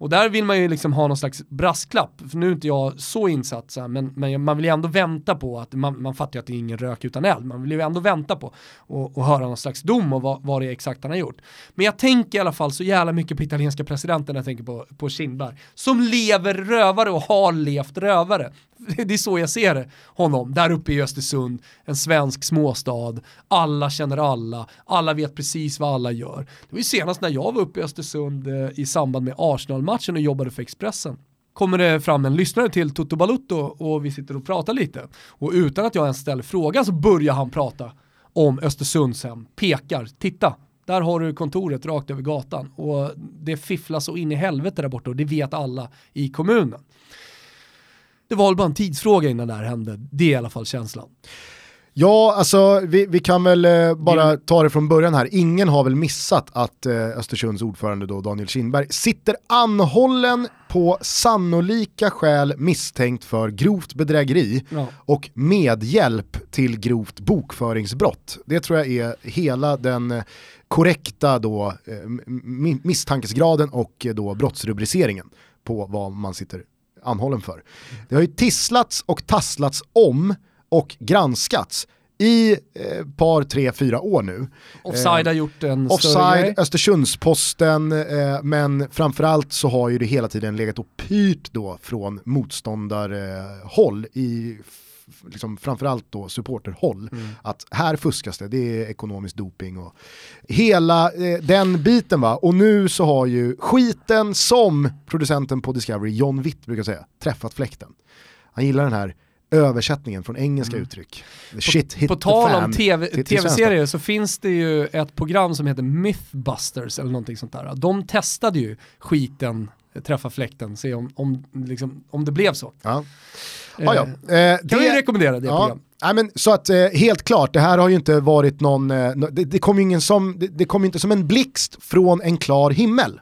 Och där vill man ju liksom ha någon slags brasklapp. För nu är inte jag så insatt, så här, men, men man vill ju ändå vänta på att man, man fattar ju att det är ingen rök utan eld. Man vill ju ändå vänta på och, och höra någon slags dom och vad, vad det är exakt han har gjort. Men jag tänker i alla fall så jävla mycket på italienska presidenten, jag tänker på, på Kindberg. Som lever rövare och har levt rövare. Det är så jag ser honom. Där uppe i Östersund, en svensk småstad. Alla känner alla. Alla vet precis vad alla gör. Det var ju senast när jag var uppe i Östersund eh, i samband med Arsenal-matchen och jobbade för Expressen. Kommer det fram en lyssnare till Toto Balutto och vi sitter och pratar lite. Och utan att jag ens ställer frågan så börjar han prata om Östersundshem. Pekar, titta. Där har du kontoret rakt över gatan. Och det fifflas så in i helvete där borta och det vet alla i kommunen. Det var bara en tidsfråga innan det här hände. Det är i alla fall känslan. Ja, alltså vi, vi kan väl eh, bara ta det från början här. Ingen har väl missat att eh, Östersunds ordförande då, Daniel Kindberg, sitter anhållen på sannolika skäl misstänkt för grovt bedrägeri ja. och medhjälp till grovt bokföringsbrott. Det tror jag är hela den eh, korrekta då, eh, misstankesgraden och eh, då brottsrubriceringen på vad man sitter anhållen för. Det har ju tisslats och tasslats om och granskats i eh, par, tre, fyra år nu. Offside har gjort en Offside, större grej. Östersundsposten, eh, men framförallt så har ju det hela tiden legat och pyrt då från motståndarhåll eh, i liksom framförallt då supporterhåll mm. att här fuskas det, det är ekonomisk doping och hela eh, den biten va. Och nu så har ju skiten, som producenten på Discovery John Witt brukar säga, träffat fläkten. Han gillar den här översättningen från engelska mm. uttryck. The shit hit på tal the om fan. TV, tv-serier så finns det ju ett program som heter Mythbusters eller någonting sånt där. De testade ju skiten, träffa fläkten, se om, om, liksom, om det blev så. Ja. Eh, ah, ja. eh, kan det, vi rekommendera det ja, program? Nej, men, så att eh, helt klart, det här har ju inte varit någon, eh, det, det kom ju ingen som, det, det kom inte som en blixt från en klar himmel.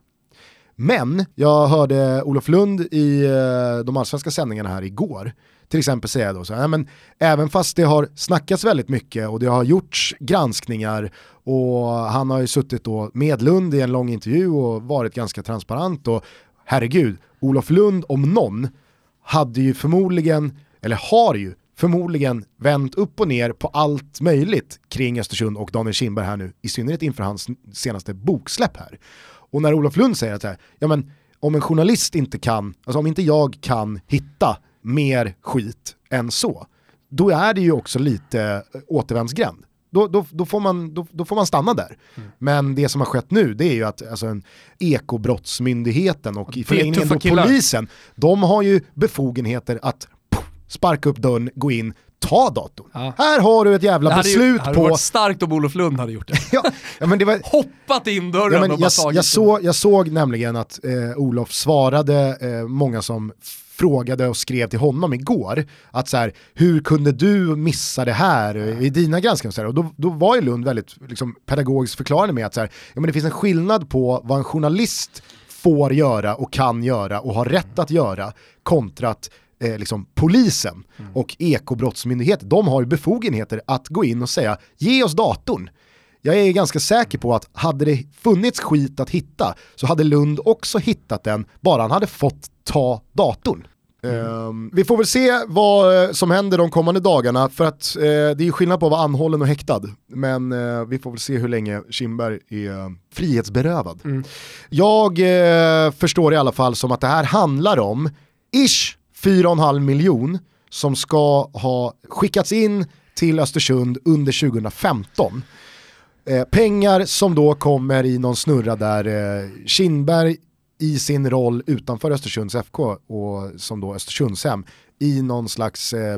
Men jag hörde Olof Lund i eh, de allsvenska sändningarna här igår till exempel säga då så här, men även fast det har snackats väldigt mycket och det har gjorts granskningar och han har ju suttit då med Lund i en lång intervju och varit ganska transparent och herregud, Olof Lund om någon hade ju förmodligen, eller har ju förmodligen vänt upp och ner på allt möjligt kring Östersund och Daniel Kindberg här nu, i synnerhet inför hans senaste boksläpp här. Och när Olof Lund säger att här, ja men om en journalist inte kan, alltså om inte jag kan hitta mer skit än så, då är det ju också lite återvändsgränd. Då, då, då, får man, då, då får man stanna där. Mm. Men det som har skett nu, det är ju att alltså, en ekobrottsmyndigheten och i förlängningen då polisen, de har ju befogenheter att puff, sparka upp dörren, gå in, ta datorn. Ja. Här har du ett jävla beslut ju, det på... Det varit starkt om Olof Lund hade gjort det. ja, ja, men det var... Hoppat in dörren ja, men och jag, bara jag, så, jag såg nämligen att eh, Olof svarade eh, många som frågade och skrev till honom igår att så här, hur kunde du missa det här i dina granskningar? Och, och då, då var ju Lund väldigt liksom, pedagogiskt förklarande med att så här, ja, men det finns en skillnad på vad en journalist får göra och kan göra och har rätt att göra kontra att eh, liksom, polisen mm. och ekobrottsmyndigheter, de har ju befogenheter att gå in och säga, ge oss datorn. Jag är ganska säker på att hade det funnits skit att hitta så hade Lund också hittat den, bara han hade fått ta datorn. Mm. Um, vi får väl se vad som händer de kommande dagarna, för att uh, det är ju skillnad på att vara anhållen och häktad, men uh, vi får väl se hur länge Kindberg är uh, frihetsberövad. Mm. Jag uh, förstår i alla fall som att det här handlar om ish fyra och en halv miljon som ska ha skickats in till Östersund under tjugohundrafemton. Eh, pengar som då kommer i någon snurra där eh, Kindberg i sin roll utanför Östersunds F K och som då Östersundshem i någon slags eh,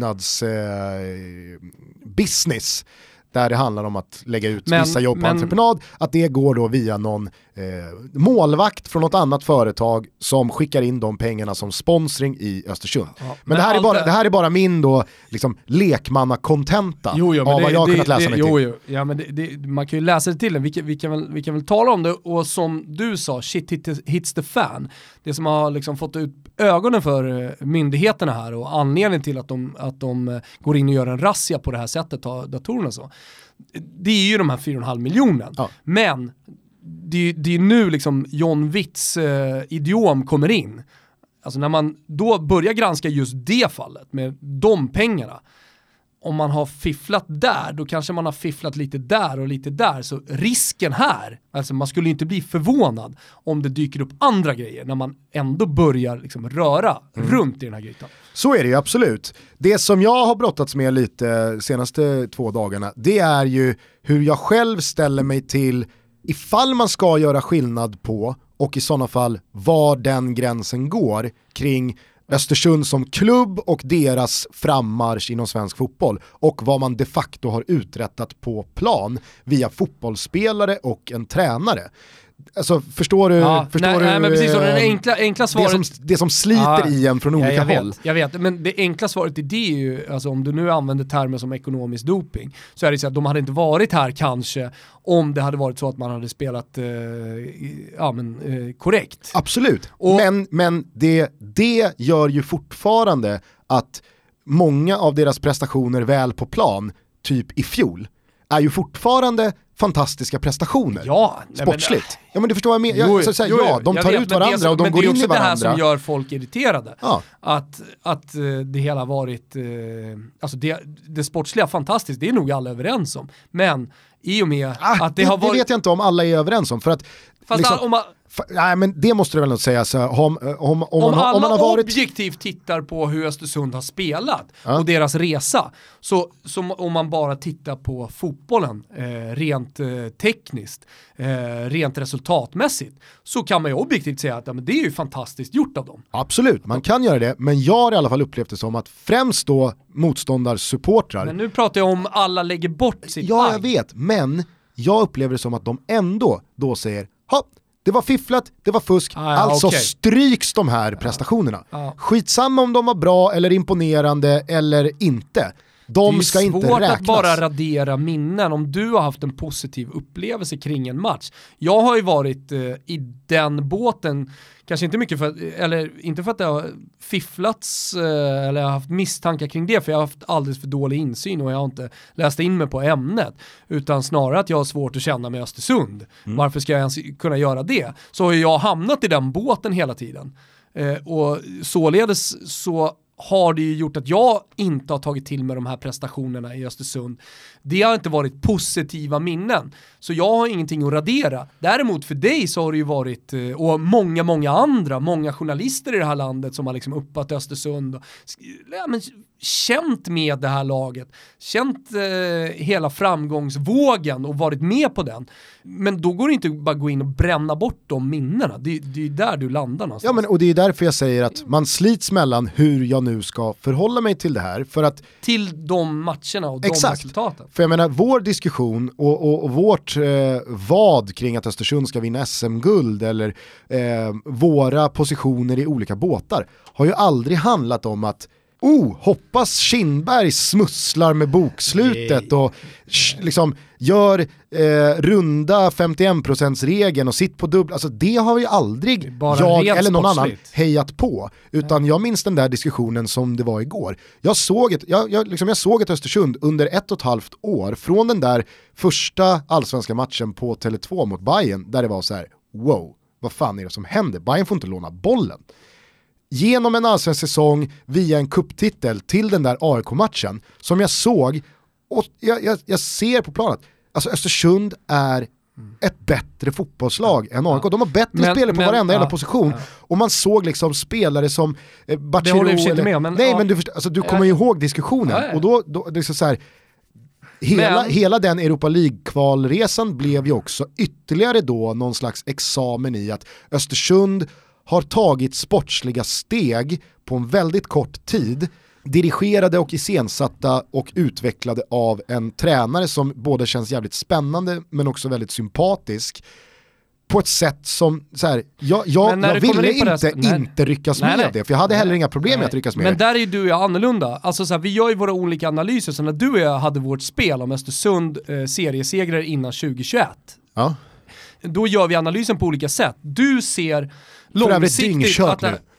byggnadsbusiness eh, där det handlar om att lägga ut men, vissa jobb på men... entreprenad, att det går då via någon eh, målvakt från något annat företag som skickar in de pengarna som sponsring i Östersund. Ja, men men det, här är bara, det... det här är bara min då liksom lekmanna-kontenta av det, vad jag det, kunnat läsa det, mig jo, till. Jo. Ja, men det, det, man kan ju läsa det till den, vi kan, vi, kan väl, vi kan väl tala om det, och som du sa, shit hits the fan. Det som har liksom fått ut ögonen för myndigheterna här och anledningen till att de, att de går in och gör en razzia på det här sättet, tar datorerna så. Det är ju de här fyra och en halv miljonen. Ja. Men det, det är nu liksom John Witts eh, idiom kommer in. Alltså när man då börjar granska just det fallet med de pengarna, om man har fifflat där, då kanske man har fifflat lite där och lite där. Så risken här, alltså man skulle inte bli förvånad om det dyker upp andra grejer när man ändå börjar liksom röra mm. runt i den här grytan. Så är det ju absolut. Det som jag har brottats med lite senaste två dagarna, det är ju hur jag själv ställer mig till ifall man ska göra skillnad på, och i sådana fall var den gränsen går kring Östersund som klubb och deras frammarsch inom svensk fotboll och vad man de facto har uträttat på plan via fotbollsspelare och en tränare. Alltså förstår du? Ja, förstår nej, du nej, men precis så den enkla, enkla svaret... Det som, det som sliter ja, i en från olika ja, jag håll. Vet, jag vet, men det enkla svaret är det är ju, alltså om du nu använder termer som ekonomisk doping, så är det så att de hade inte varit här kanske om det hade varit så att man hade spelat eh, ja, men, eh, korrekt. Absolut, och, men, men det, det gör ju fortfarande att många av deras prestationer väl på plan, typ i fjol, är ju fortfarande fantastiska prestationer. Ja, sportsligt. Men, ja men du förstår vad jag menar. Jag, jo, så här, jo, ja, de tar vet, ut varandra som, och de går in i varandra. Men det är också det här som gör folk irriterade. Ja. Att, att det hela varit, eh, alltså det, det sportsliga fantastiskt, det är nog alla överens om. Men i och med ah, att det, det har varit... Det vet jag inte om alla är överens om. För att, Fast liksom, all, om man... Nej, men det måste du väl nog säga så, om, om, om, om, man, alla om man har varit... objektivt tittar på hur Östersund har spelat ja. och deras resa, så, så om man bara tittar på fotbollen eh, rent eh, tekniskt, eh, rent resultatmässigt, så kan man ju objektivt säga att ja, men det är ju fantastiskt gjort av dem. Absolut, man kan göra det, men jag har i alla fall upplevt det som att främst då motståndarsupportrar... Men nu pratar jag om alla lägger bort sitt Ja, agg. jag vet, men jag upplever det som att de ändå då säger, ha, det var fifflat, det var fusk, ah, ja, alltså okay. stryks de här prestationerna. Ja. Ja. Skitsamma om de var bra eller imponerande eller inte. De ska inte räknas. Det är svårt att bara radera minnen om du har haft en positiv upplevelse kring en match. Jag har ju varit eh, i den båten, kanske inte mycket för, eller inte för att det har fifflats eh, eller jag har haft misstankar kring det, för jag har haft alldeles för dålig insyn och jag har inte läst in mig på ämnet, utan snarare att jag har svårt att känna med Östersund. Mm. Varför ska jag ens kunna göra det? Så har jag hamnat i den båten hela tiden. Eh, och således så har det ju gjort att jag inte har tagit till med de här prestationerna i Östersund. Det har inte varit positiva minnen. Så jag har ingenting att radera. Däremot för dig så har det ju varit, och många, många andra, många journalister i det här landet som har liksom uppat Östersund och ja, men, känt med det här laget. Känt eh, hela framgångsvågen och varit med på den. Men då går det inte bara gå in och bränna bort de minnena. Det, det är där du landar någonstans. Ja, men, och det är därför jag säger att man slits mellan hur jag nu ska förhålla mig till det här. För att, till de matcherna och de exakt, resultaten. För jag menar, vår diskussion och, och, och vårt eh, vad kring att Östersund ska vinna S M-guld eller eh, våra positioner i olika båtar har ju aldrig handlat om att oh, hoppas Kindberg smusslar med bokslutet Nej. och sh, liksom gör eh, runda femtioen procent-regeln och sitt på dubbla. Alltså det har ju aldrig jag eller någon sportsligt. annan hejat på. Utan Nej. jag minns den där diskussionen som det var igår. Jag såg ett, jag, jag, liksom, jag såg ett Östersund under ett och ett halvt år från den där första allsvenska matchen på Tele två mot Bayern, där det var så här: wow, vad fan är det som händer? Bayern får inte låna bollen. Genom en allsvensk säsong via en kupptitel till den där A I K-matchen som jag såg, och jag, jag, jag ser på planet, alltså Östersund är ett bättre fotbollslag ja, än A I K. De har bättre men, spelare på men, varenda ja, jävla position ja. och man såg liksom spelare som eh, Bachirou, det håller eller, med, men, nej ja. men du, förstår, alltså, du kommer ju ja. ihåg diskussionen ja, ja. och då, då det är så här, hela, men, hela den Europa League-kvalresan blev ju också ytterligare då någon slags examen i att Östersund har tagit sportsliga steg på en väldigt kort tid, dirigerade och iscensatta och utvecklade av en tränare som både känns jävligt spännande men också väldigt sympatisk på ett sätt som så här, jag, jag, jag ville inte, det, inte ryckas nej, med nej, det, för jag hade nej, heller inga problem nej, med att ryckas med men det. Men där är ju du och jag annorlunda. Alltså så här, vi gör ju våra olika analyser, så när du och jag hade vårt spel om Östersund eh, seriesegrar innan tjugohundratjugoett, ja. då gör vi analysen på olika sätt. Du ser långsiktigt att det,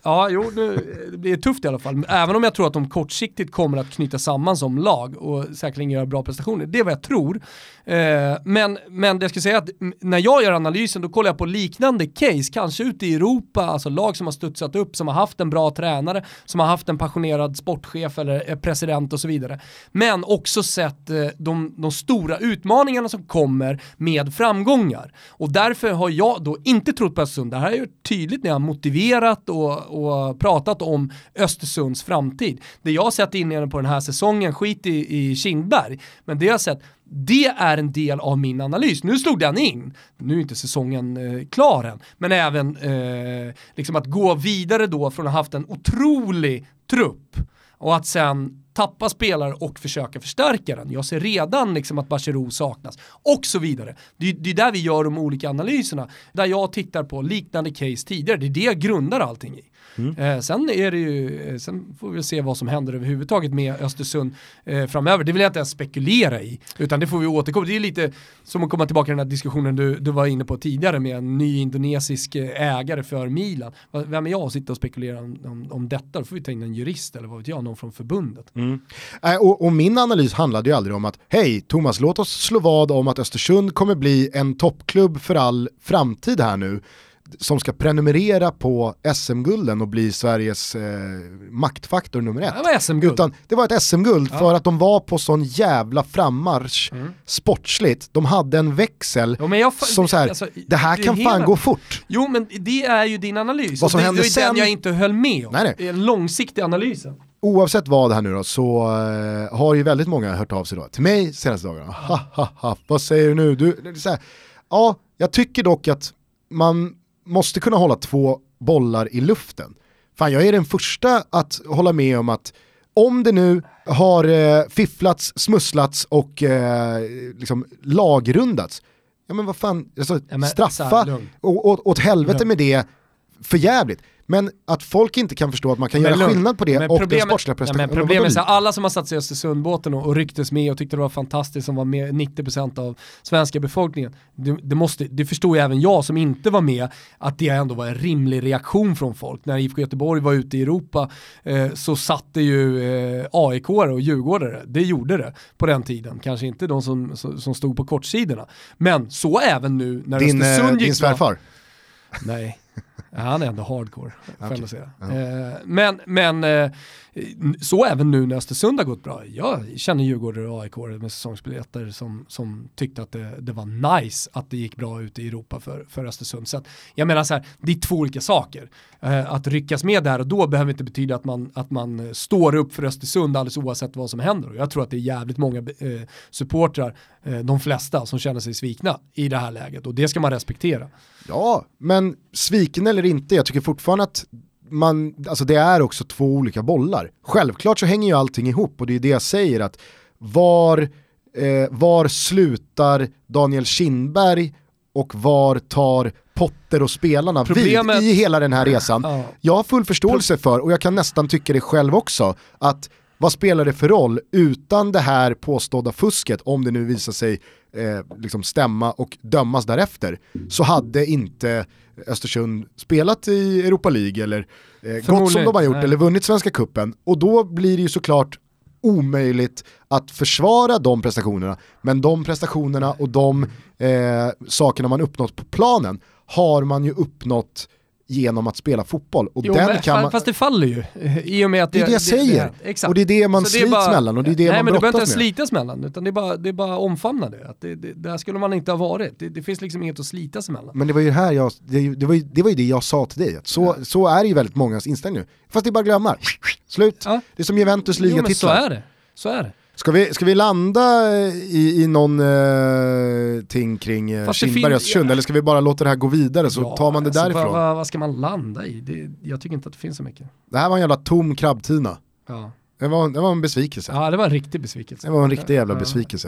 Ja, jo, nu, det blir tufft i alla fall. Även om jag tror att de kortsiktigt kommer att knyta samman som lag och säkerligen göra bra prestationer. Det är vad jag tror. Eh, men, men jag ska säga att när jag gör analysen då kollar jag på liknande case, kanske ute i Europa, alltså lag som har studsat upp, som har haft en bra tränare, som har haft en passionerad sportchef eller president och så vidare. Men också sett eh, de, de stora utmaningarna som kommer med framgångar. Och därför har jag då inte trott på Östersund. Det här är ju tydligt när jag har motiverat och, och pratat om Östersunds framtid. Det jag har sett innan på den här säsongen, skit i, i Kindberg, men det jag har sett, det är en del av min analys. Nu slog den in. Nu är inte säsongen eh, klar än. Men även eh, liksom att gå vidare då från att ha haft en otrolig trupp och att sen tappa spelare och försöka förstärka den. Jag ser redan liksom att Bachirou saknas och så vidare. Det, det är där vi gör de olika analyserna. Där jag tittar på liknande case tidigare. Det är det jag grundar allting i. Mm. Eh, sen är det ju, sen får vi se vad som händer överhuvudtaget med Östersund eh, framöver. Det vill jag inte ens spekulera i, utan det får vi återkomma. Det är lite som att komma tillbaka till den här diskussionen du, du var inne på tidigare med en ny indonesisk ägare för Milan. Vem är jag att sitta och spekulera om, om, om detta? Då får vi ta in en jurist eller vad vet jag, någon från förbundet. Mm. Äh, och, och min analys handlade ju aldrig om att hej Thomas, låt oss slå vad om att Östersund kommer bli en toppklubb för all framtid här nu, som ska prenumerera på S M-gulden och bli Sveriges eh, maktfaktor nummer ett. Det var S M-guld. Utan det var ett S M-guld ja. För att de var på sån jävla frammarsch mm. sportsligt. De hade en växel jo, fa- som så här, alltså, det här det kan hela... fan gå fort. Jo, men det är ju din analys. Vad som det, hände det är sen... den jag inte höll med om. Nej, nej. Det är en långsiktig analys. Oavsett vad det här nu då, så uh, har ju väldigt många hört av sig då till mig senaste dagarna. Ha, ha, ha, vad säger du nu? Du, det är så här, ja, jag tycker dock att man måste kunna hålla två bollar i luften. Fan, jag är den första att hålla med om att om det nu har eh, fifflats, smusslats och eh, liksom lagrundats, ja men vad fan, alltså, ja, men, straffa och, och, åt helvete lugn. Med det för jävligt. Men att folk inte kan förstå att man kan men göra lugn. Skillnad på det men och problem, den sportsliga prestationen. Ja, men problemet är att alla som har satt sig i Östersundbåten och, och rycktes med och tyckte det var fantastiskt, som var med nittio procent av svenska befolkningen. Det, det, måste, det förstod ju även jag som inte var med, att det ändå var en rimlig reaktion från folk. När I F K Göteborg var ute i Europa eh, så satte ju eh, A I K-are och Djurgårdare. Det gjorde det på den tiden. Kanske inte de som, som stod på kortsidorna. Men så även nu när din, Östersund eh, gick... Din svärfar? Nej. Ja, han är ändå hardcore, får okay. jag säga. Ja. Eh, men men eh, så även nu när Östersund har gått bra. Jag känner Djurgårdare och A I K med säsongsbiljetter som, som tyckte att det, det var nice att det gick bra ute i Europa för, för Östersund. Så att, jag menar så här, det är två olika saker. Eh, att ryckas med där och då behöver inte betyda att man, att man står upp för Östersund alldeles oavsett vad som händer. Och jag tror att det är jävligt många eh, supportrar, eh, de flesta, som känner sig svikna i det här läget. Och det ska man respektera. Ja, men sviken eller inte, jag tycker fortfarande att man, alltså det är också två olika bollar. Självklart så hänger ju allting ihop och det är det jag säger, att var, eh, var slutar Daniel Kindberg och var tar Potter och spelarna Problemet... vid i hela den här resan. Ja. Jag har full förståelse för, och jag kan nästan tycka det själv också, att vad spelar det för roll utan det här påstådda fusket, om det nu visar sig eh, liksom stämma och dömas därefter, så hade inte Östersund spelat i Europa League eller eh, gått som de har gjort nej. Eller vunnit Svenska Cupen, och då blir det ju såklart omöjligt att försvara de prestationerna, men de prestationerna och de eh, sakerna man uppnått på planen har man ju uppnått genom att spela fotboll. Och jo, den men, kan man... Fast det faller ju. I och med att det, det är det jag säger. Det, det, och det är det man slits bara, mellan. Och det är det nej, man men du behöver inte med. slitas mellan. Utan det är bara, det är bara omfamna det. Att det, det. Där skulle man inte ha varit. Det, det finns liksom inget att slitas mellan. Men det var ju här jag, det, det, var ju, det var ju det jag sa till dig. Att så, ja. så är det ju väldigt mångas inställning nu. Fast det är bara glömmar. Slut. Ja. Det är som Juventus ligatitlar. Så är det. Så är det. Ska vi, ska vi landa i, i någon uh, ting kring uh, Kindberg och Östersund, ja. Eller ska vi bara låta det här gå vidare så ja, tar man det alltså, därifrån? Vad, vad ska man landa i? Det, jag tycker inte att det finns så mycket. Det här var en jävla tom krabbtina. Ja. Det, var, det var en besvikelse. Ja, det var en riktig besvikelse. Det var en riktig jävla ja. besvikelse.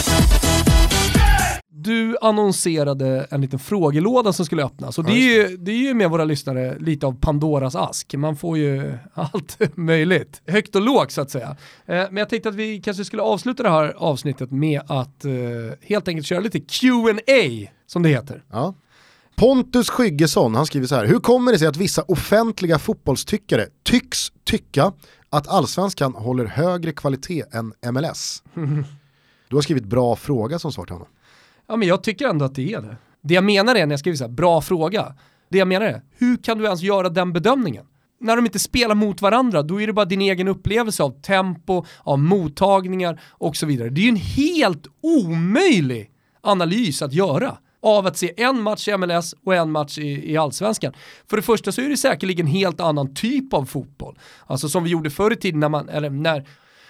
Du annonserade en liten frågelåda som skulle öppnas. Och det är, ju, det är ju med våra lyssnare lite av Pandoras ask. Man får ju allt möjligt. Högt och lågt så att säga. Eh, men jag tänkte att vi kanske skulle avsluta det här avsnittet med att eh, helt enkelt köra lite Q and A som det heter. Ja. Pontus Skyggesson, han skriver så här: hur kommer det sig att vissa offentliga fotbollstyckare tycks tycka att allsvenskan håller högre kvalitet än M L S? Du har skrivit bra fråga som svar till honom. Ja, men jag tycker ändå att det är det. Det jag menar är när jag skriver så här, bra fråga. Det jag menar är, hur kan du ens göra den bedömningen? När de inte spelar mot varandra, då är det bara din egen upplevelse av tempo, av mottagningar och så vidare. Det är ju en helt omöjlig analys att göra av att se en match i M L S och en match i, i allsvenskan. För det första så är det säkerligen en helt annan typ av fotboll. Alltså som vi gjorde förr i tiden när man, eller när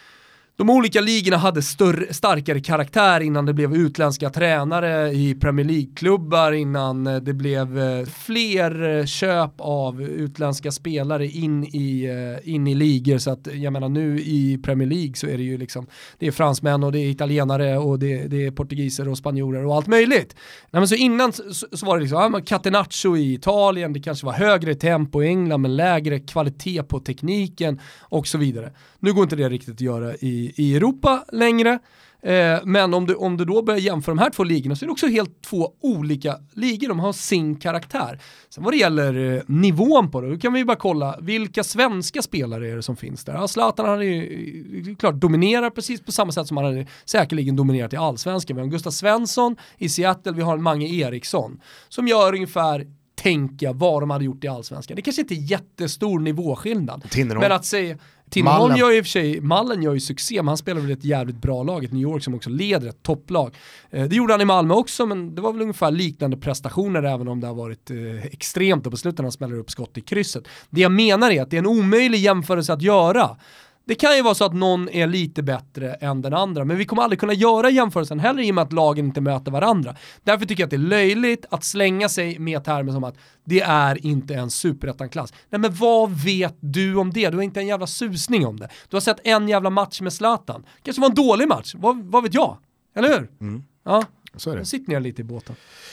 de olika ligorna hade större, starkare karaktär innan det blev utländska tränare i Premier League-klubbar, innan det blev fler köp av utländska spelare in i, in i ligor. Så att jag menar, nu i Premier League så är det ju liksom, det är fransmän och det är italienare och det, det är portugiser och spanjorer och allt möjligt. Nej, men så innan så, så var det liksom, ja, Catenaccio i Italien, det kanske var högre tempo i England men lägre kvalitet på tekniken och så vidare. Nu går inte det riktigt att göra i i Europa längre, eh, men om du, om du då börjar jämföra de här två ligorna så är det också helt två olika ligor, de har sin karaktär. Sen vad det gäller eh, nivån på det, då kan vi ju bara kolla vilka svenska spelare är det som finns där. Ja, Zlatan hade ju klart dominerar precis på samma sätt som han hade säkerligen dominerat i allsvenskan. Vi har Gustav Svensson i Seattle, vi har Mange Eriksson som gör ungefär tänka vad de hade gjort i allsvenskan. Det kanske inte är jättestor nivåskillnad. Tinnerholm. Men att säga Tinnerholm gör ju i och för sig, Mallen gör ju succé, men han spelar väl ett jävligt bra lag, ett New York som också leder ett topplag. Eh, det gjorde han i Malmö också, men det var väl ungefär liknande prestationer även om det har varit eh, extremt och på slutet han spelar upp skott i krysset. Det jag menar är att det är en omöjlig jämförelse att göra. Det kan ju vara så att någon är lite bättre än den andra, men vi kommer aldrig kunna göra jämförelsen heller i och med att lagen inte möter varandra. Därför tycker jag att det är löjligt att slänga sig med termer som att det är inte en superettan-klass. Nej, men vad vet du om det? Du har inte en jävla susning om det. Du har sett en jävla match med Zlatan. Kanske var en dålig match, vad, vad vet jag? Eller hur? Mm. Ja, så är det. Sitt ner lite i båten.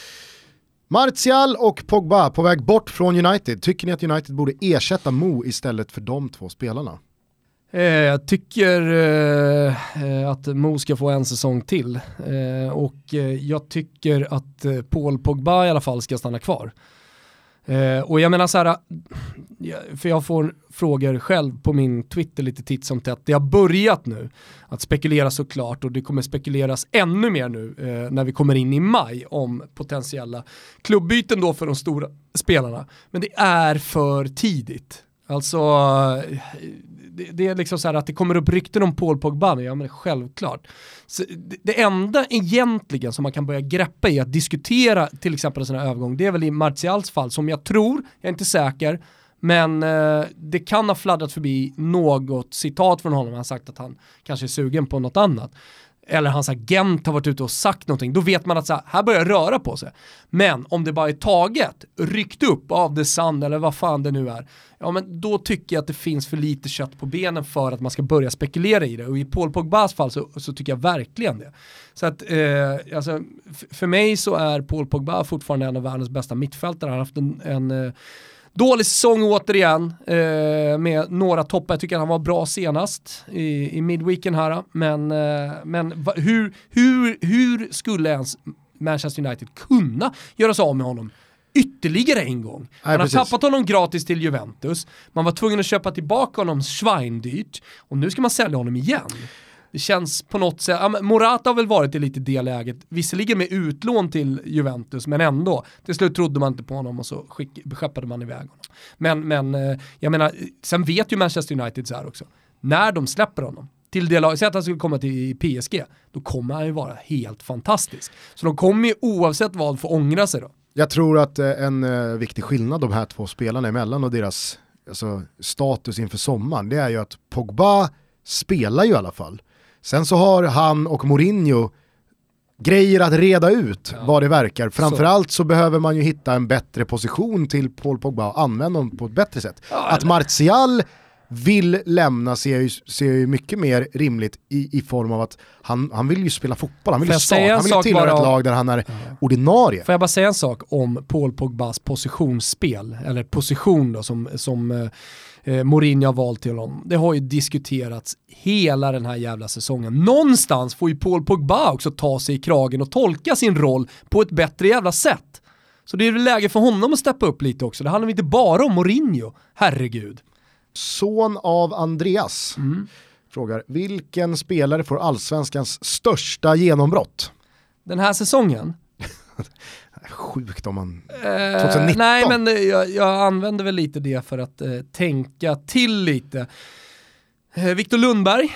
Martial och Pogba på väg bort från United. Tycker ni att United borde ersätta Mo istället för de två spelarna? Jag tycker eh, att Mo ska få en säsong till eh, och eh, jag tycker att eh, Paul Pogba i alla fall ska stanna kvar. Eh, och jag menar så här, för jag får frågor själv på min Twitter lite titt som tätt. Det har börjat nu att spekulera såklart och det kommer spekuleras ännu mer nu eh, när vi kommer in i maj om potentiella klubbyten då för de stora spelarna. Men det är för tidigt. Alltså det, det är liksom så här att det kommer upp rykten om Paul Pogba, ja men självklart. Så det, det enda egentligen som man kan börja greppa i att diskutera till exempel en sån här övergång, det är väl i Martials fall som jag tror, jag är inte säker, men eh, det kan ha fladdrat förbi något citat från honom. Han har sagt att han kanske är sugen på något annat. Eller hans agent har varit ute och sagt någonting, då vet man att så här, här börjar röra på sig. Men om det bara är taget, ryckt upp av The Sun eller vad fan det nu är, ja men då tycker jag att det finns för lite kött på benen för att man ska börja spekulera i det. Och i Paul Pogbas fall så, så tycker jag verkligen det. Så att eh, alltså, f- för mig så är Paul Pogba fortfarande en av världens bästa mittfältare. Han har haft en, en eh, dålig säsong återigen eh, med några toppar. Jag tycker att han var bra senast i, i midweeken här. Men, eh, men va, hur, hur, hur skulle ens Manchester United kunna göra sig av med honom ytterligare en gång? Man Nej, har precis. tappat honom gratis till Juventus. Man var tvungen att köpa tillbaka honom schweindyrt. Och nu ska man sälja honom igen. Det känns på något sätt, ja, Morata har väl varit i lite det läget, visserligen med utlån till Juventus, men ändå, till slut trodde man inte på honom och så skick, skeppade man iväg honom. Men, men jag menar, sen vet ju Manchester United så här också, när de släpper honom till det laget, säg att han skulle komma till P S G, då kommer han ju vara helt fantastisk. Så de kommer ju oavsett vad få ångra sig då. Jag tror att en uh, viktig skillnad de här två spelarna emellan och deras alltså, status inför sommaren, det är ju att Pogba spelar ju i alla fall. Sen så har han och Mourinho grejer att reda ut ja. vad det verkar. Framförallt så. så behöver man ju hitta en bättre position till Paul Pogba och använda honom på ett bättre sätt. Ja, att Martial vill lämna ser ju, ser ju mycket mer rimligt i, i form av att han, han vill ju spela fotboll. Han vill ju starta, han vill tillhöra ett lag där han är ja. ordinarie. Får jag bara säga en sak om Paul Pogbas positionsspel, eller position då som, som eh, Mourinho har valt till honom. Det har ju diskuterats hela den här jävla säsongen. Någonstans får ju Paul Pogba också ta sig i kragen och tolka sin roll på ett bättre jävla sätt. Så det är väl läge för honom att steppa upp lite också. Det handlar inte bara om Mourinho, herregud. Son av Andreas mm. frågar, vilken spelare får allsvenskans största genombrott? Den här säsongen? Sjukt om man... Eh, nej, men jag, jag använder väl lite det för att eh, tänka till lite. Eh, Victor Lundberg.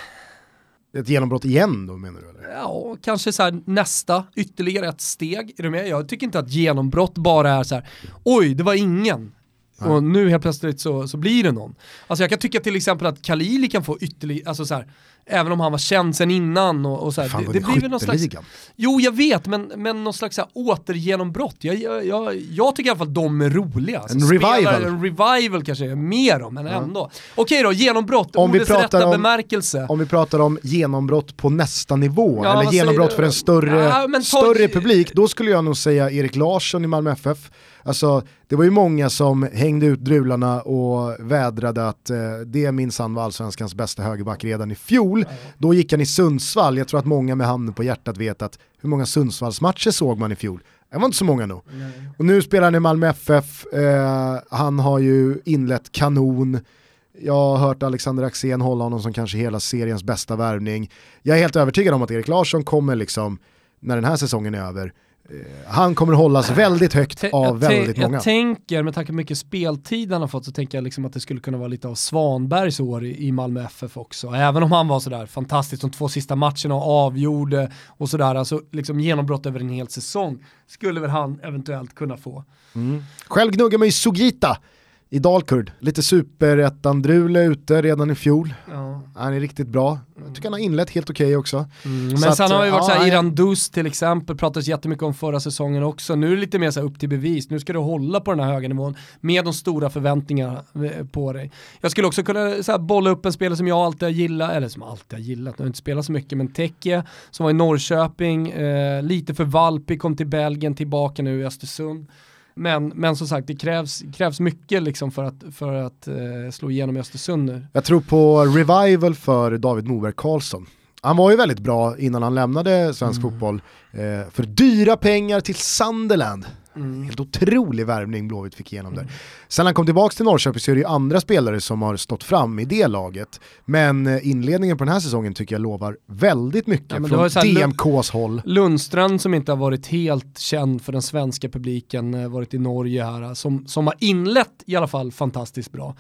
Ett genombrott igen då, menar du? Eller? Ja, kanske så här nästa, ytterligare ett steg. Är du med? Jag tycker inte att genombrott bara är så här, oj, det var ingen. Nej. Och nu helt plötsligt så, så blir det någon. Alltså jag kan tycka till exempel att Khalili kan få ytterligare, alltså så här, även om han var känd sen innan och, och så här, fan, det, det blir väl någon slags, jo jag vet, men, men någon slags så här, återgenombrott. Jag, jag, jag, jag tycker i alla fall de är roliga. Alltså, en revival. En revival kanske är mer om, men ja. ändå. Okej då, genombrott, om ordets vi pratar rätta om, bemärkelse. Om vi pratar om genombrott på nästa nivå, ja, eller genombrott för en större, ja, ta... större publik, då skulle jag nog säga Erik Larsson i Malmö F F. Alltså, det var ju många som hängde ut drularna och vädrade att eh, det minsann var allsvenskans bästa högerback redan i fjol. Ja. Då gick han i Sundsvall. Jag tror att många med handen på hjärtat vet att hur många Sundsvallsmatcher såg man i fjol? Det var inte så många nog. Nej. Och nu spelar han i Malmö F F. Eh, han har ju inlett kanon. Jag har hört Alexander Axén hålla honom som kanske hela seriens bästa värvning. Jag är helt övertygad om att Erik Larsson kommer liksom, när den här säsongen är över, han kommer att hållas väldigt högt av jag väldigt många. Jag tänker, med tanke på mycket speltid han har fått, så tänker jag liksom att det skulle kunna vara lite av Svanbergs år i, i Malmö F F också. Även om han var sådär fantastisk de två sista matcherna och avgjorde och sådär, alltså liksom genombrott över en hel säsong skulle väl han eventuellt kunna få. Mm. Själv gnuggar mig Sugita i Dalkurd. Lite superettan-drule ute redan i fjol. Ja. Han är riktigt bra. Jag tycker han har inlett helt okej okay också. Mm, men sen att, har ju varit ja, såhär, Iran Dus till exempel, pratades jättemycket om förra säsongen också. Nu är det lite mer så här upp till bevis. Nu ska du hålla på den här höga nivån med de stora förväntningarna på dig. Jag skulle också kunna så här, bolla upp en spelare som jag alltid har gillat, eller som alltid har gillat, jag har inte spelat så mycket, men Tekke som var i Norrköping, eh, lite för valpig, kom till Belgien, tillbaka nu i Östersund. Men, men som sagt, det krävs, krävs mycket liksom för att, för att eh, slå igenom i Östersund nu. Jag tror på revival för David Moberg Karlsson. Han var ju väldigt bra innan han lämnade svensk mm. fotboll. Eh, för dyra pengar till Sunderland. Mm. Helt otrolig värvning Blåvitt fick igenom mm. där. Sen han kom tillbaka till Norrköping så är det ju andra spelare som har stått fram i det laget. Men inledningen på den här säsongen tycker jag lovar väldigt mycket ja, från D M K:s håll. Lundstrand som inte har varit helt känd för den svenska publiken, varit i Norge här, som, som har inlett i alla fall fantastiskt bra.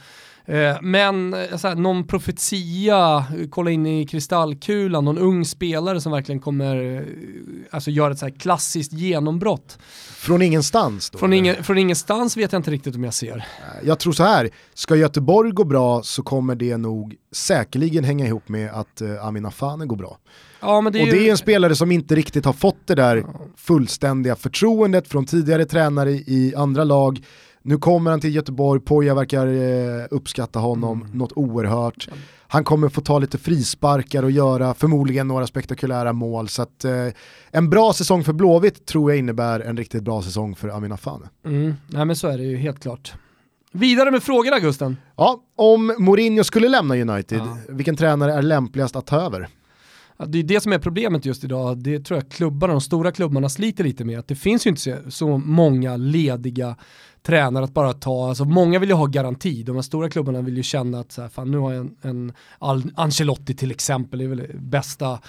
Men så här, någon profetia, kolla in i kristallkulan, någon ung spelare som verkligen kommer alltså göra ett så här klassiskt genombrott. Från ingenstans då? Från, ingen, från ingenstans vet jag inte riktigt om jag ser. Jag tror så här, ska Göteborg gå bra så kommer det nog säkerligen hänga ihop med att uh, Amin Afane går bra. Ja, men det är och det är ju... en spelare som inte riktigt har fått det där fullständiga förtroendet från tidigare tränare i andra lag. Nu kommer han till Göteborg, Poja verkar eh, uppskatta honom mm. något oerhört. Han kommer få ta lite frisparkar och göra förmodligen några spektakulära mål. Så att, eh, en bra säsong för Blåvitt tror jag innebär en riktigt bra säsong för Amin Afane. Mm. Nej, men så är det ju helt klart. Vidare med frågorna, Gusten. Ja, om Mourinho skulle lämna United, ja. vilken tränare är lämpligast att ta över? Ja, det är det som är problemet just idag. Det tror jag klubbarna, de stora klubbarna sliter lite med. Att det finns ju inte så många lediga tränare att bara ta. Alltså många vill ju ha garanti. De här stora klubbarna vill ju känna att så här, fan, nu har jag en, en Ancelotti till exempel. Det är väl det bästa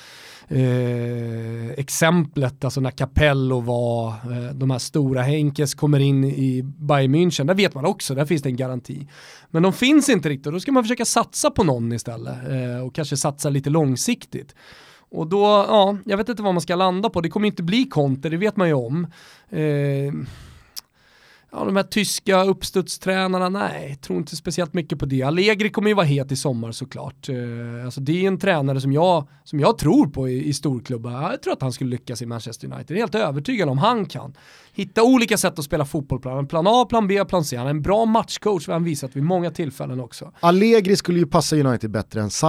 eh, exemplet. Alltså när Capello var, eh, de här stora Henkes kommer in i Bayern München. Där vet man också, där finns det en garanti. Men de finns inte riktigt. Då ska man försöka satsa på någon istället. Eh, och kanske satsa lite långsiktigt. Och då, ja, jag vet inte vad man ska landa på. Det kommer inte bli Conte, det vet man ju om. Eh, Ja, de här tyska uppstudstränarna, nej, tror inte speciellt mycket på det. Allegri kommer ju vara het i sommar såklart. Eh, alltså det är en tränare som jag, som jag tror på i, i storklubbar. Jag tror att han skulle lyckas i Manchester United. Jag är helt övertygad om han kan hitta olika sätt att spela fotboll. Plan A, plan B, plan C. Han är en bra matchcoach, vad han visat vid många tillfällen också. Allegri skulle ju passa United bättre än Sarri.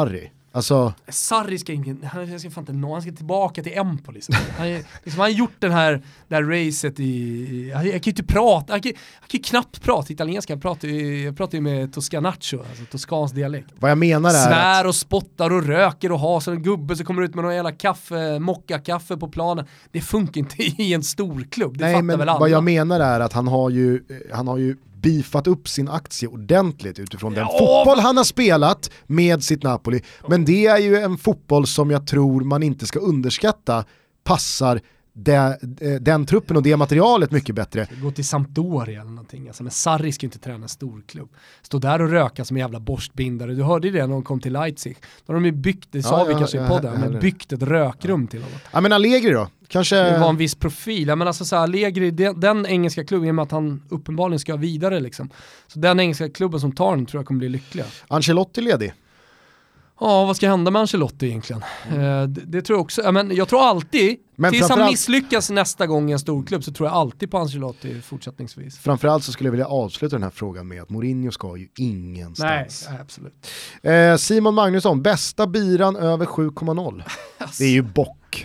Alltså... Sarri ska inte, han ska fan inte nå, han ska tillbaka till Empoli. Liksom. Han, liksom, han har gjort den här, det här racet i, han, han kan ju inte prata, han kan, han kan ju knappt prata italienska, han pratar ju, jag pratar ju med toscanaccio, alltså toskansk dialekt. Vad jag menar är svär att... och spottar och röker och har så en gubbe som kommer ut med någon jävla kaffe, mocka-kaffe på planen. Det funkar inte i en stor klubb, det Nej, fattar men väl alla. Vad jag menar är att han har ju, han har ju beefat upp sin aktie ordentligt utifrån den Ja, fotboll han har spelat med sitt Napoli. Men det är ju en fotboll som jag tror man inte ska underskatta passar de, den truppen och det materialet mycket bättre. Gå till Sampdoria eller någonting. Alltså, men Sarri ska inte träna en stor klubb. Stå där och röka som en jävla borstbindare. Du hörde ju det när de kom till Leipzig. Då har de ju byggt, det sa ja, vi ja, kanske ja, i podden, ja, ja, men byggt ett rökrum ja. till honom. Ja, men Allegri då? Kanske... Det var en viss profil. Ja, men alltså så här, Allegri, den, den engelska klubben, i och med att han uppenbarligen ska vidare liksom. Så den engelska klubben som tar den tror jag kommer bli lyckliga. Ancelotti ledig? Ja, vad ska hända med Ancelotti egentligen? Mm. Eh, det, det tror jag också. Ja, men jag tror alltid, men tills han misslyckas nästa gång i en stor klubb så tror jag alltid på Ancelotti fortsättningsvis. Framförallt så skulle jag vilja avsluta den här frågan med att Mourinho ska ju ingenstans. Nej, absolut. Eh, Simon Magnusson, bästa biran över sju komma noll. Det är ju bock.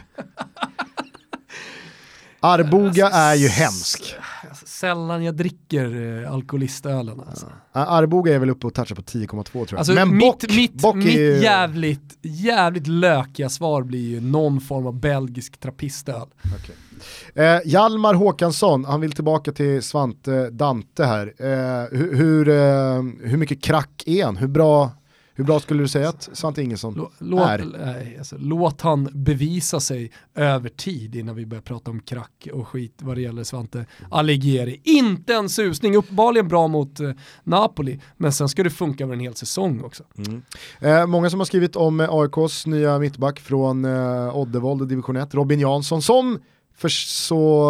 Arboga är ju hemsk. Sällan jag dricker eh, alkoholistölen alltså. Ja. Arboga är väl uppe och touchar på tio komma två tror jag. Alltså, men mitt, bock, mitt, bock mitt ju... jävligt, jävligt lökiga svar blir ju någon form av belgisk trappistöl. Okay. Eh, Hjalmar Håkansson, han vill tillbaka till Svante Dante här. Eh, hur, hur, eh, hur mycket krack är han? Hur bra... Hur bra skulle du säga att Svante Ingesson låt, är? Nej, alltså, låt han bevisa sig över tid innan vi börjar prata om krack och skit vad det gäller Svante Allegri. Inte en susning, uppenbarligen bra mot eh, Napoli, men sen ska det funka över en hel säsong också. Mm. Eh, många som har skrivit om eh, A I K:s nya mittback från eh, Oddevold division ett, Robin Jansson, som för så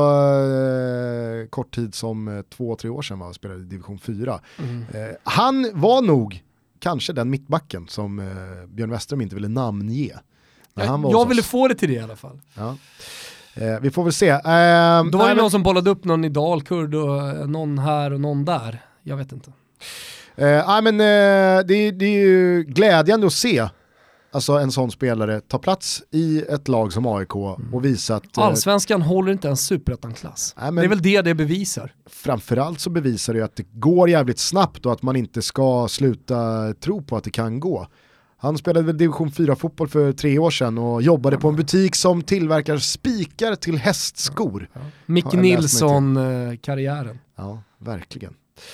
eh, kort tid som eh, två, tre år sedan var spelade i division fyra. Mm. Eh, han var nog kanske den mittbacken som eh, Björn Westerholm inte ville namnge. Men han var jag ville få det till det i alla fall. Ja. Eh, vi får väl se. Eh, Då var det nej, någon men... som bollade upp någon i Dalkurd och någon här och någon där. Jag vet inte. Eh, nej, men, eh, det, det är ju glädjande att se alltså en sån spelare ta plats i ett lag som A I K och visa att... Eh, Allsvenskan håller inte en superettan-klass. Det är väl det det bevisar. Framförallt så bevisar det att det går jävligt snabbt och att man inte ska sluta tro på att det kan gå. Han spelade väl division fyra-fotboll för tre år sedan och jobbade på en butik som tillverkar spikar till hästskor. Ja. Micke Nilsson-karriären. Ja, verkligen.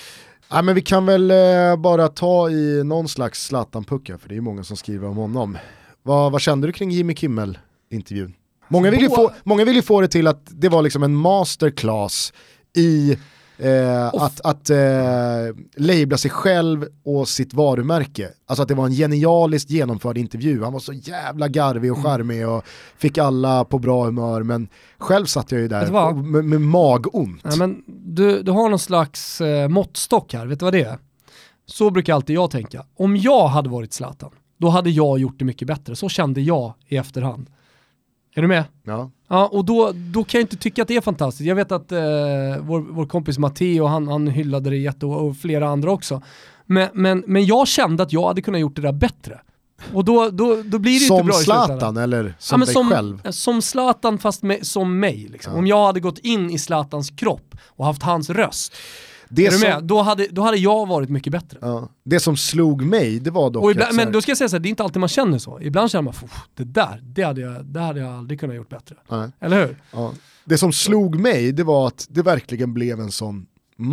Ja, men vi kan väl eh, bara ta i någon slags Zlatan-pucka, för det är ju många som skriver om honom. Vad, vad kände du kring Jimmy Kimmel-intervjun? Många vill, ju få, många vill ju få det till att det var liksom en masterclass i eh, att, att eh, labla sig själv och sitt varumärke. Alltså att det var en genialiskt genomförd intervju. Han var så jävla garvig och charmig och fick alla på bra humör, men själv satt jag ju där med, med magont. Ja, men du, du har någon slags eh, måttstock här, vet du vad det är? Så brukar alltid jag tänka. Om jag hade varit Zlatan, då hade jag gjort det mycket bättre. Så kände jag i efterhand. Är du med? Ja. Ja, och då, då kan jag inte tycka att det är fantastiskt. Jag vet att eh, vår, vår kompis Matteo, han, han hyllade det jätte och, och flera andra också. Men, men, men jag kände att jag hade kunnat gjort det där bättre. Och då, då, då blir det som inte bra i slutändan. Som Zlatan eller som ja, dig som, själv? Som Zlatan fast med, som mig. Liksom. Ja. Om jag hade gått in i Zlatans kropp och haft hans röst. Det är du med? Som, då, hade, då hade jag varit mycket bättre. Ja. Det som slog mig, det var dock... Och ibland, men då ska jag säga så här, det är inte alltid man känner så. Ibland känner man, det där, det hade jag, det hade jag aldrig kunnat gjort bättre. Nej. Eller hur? Ja. Det som slog mig, det var att det verkligen blev en sån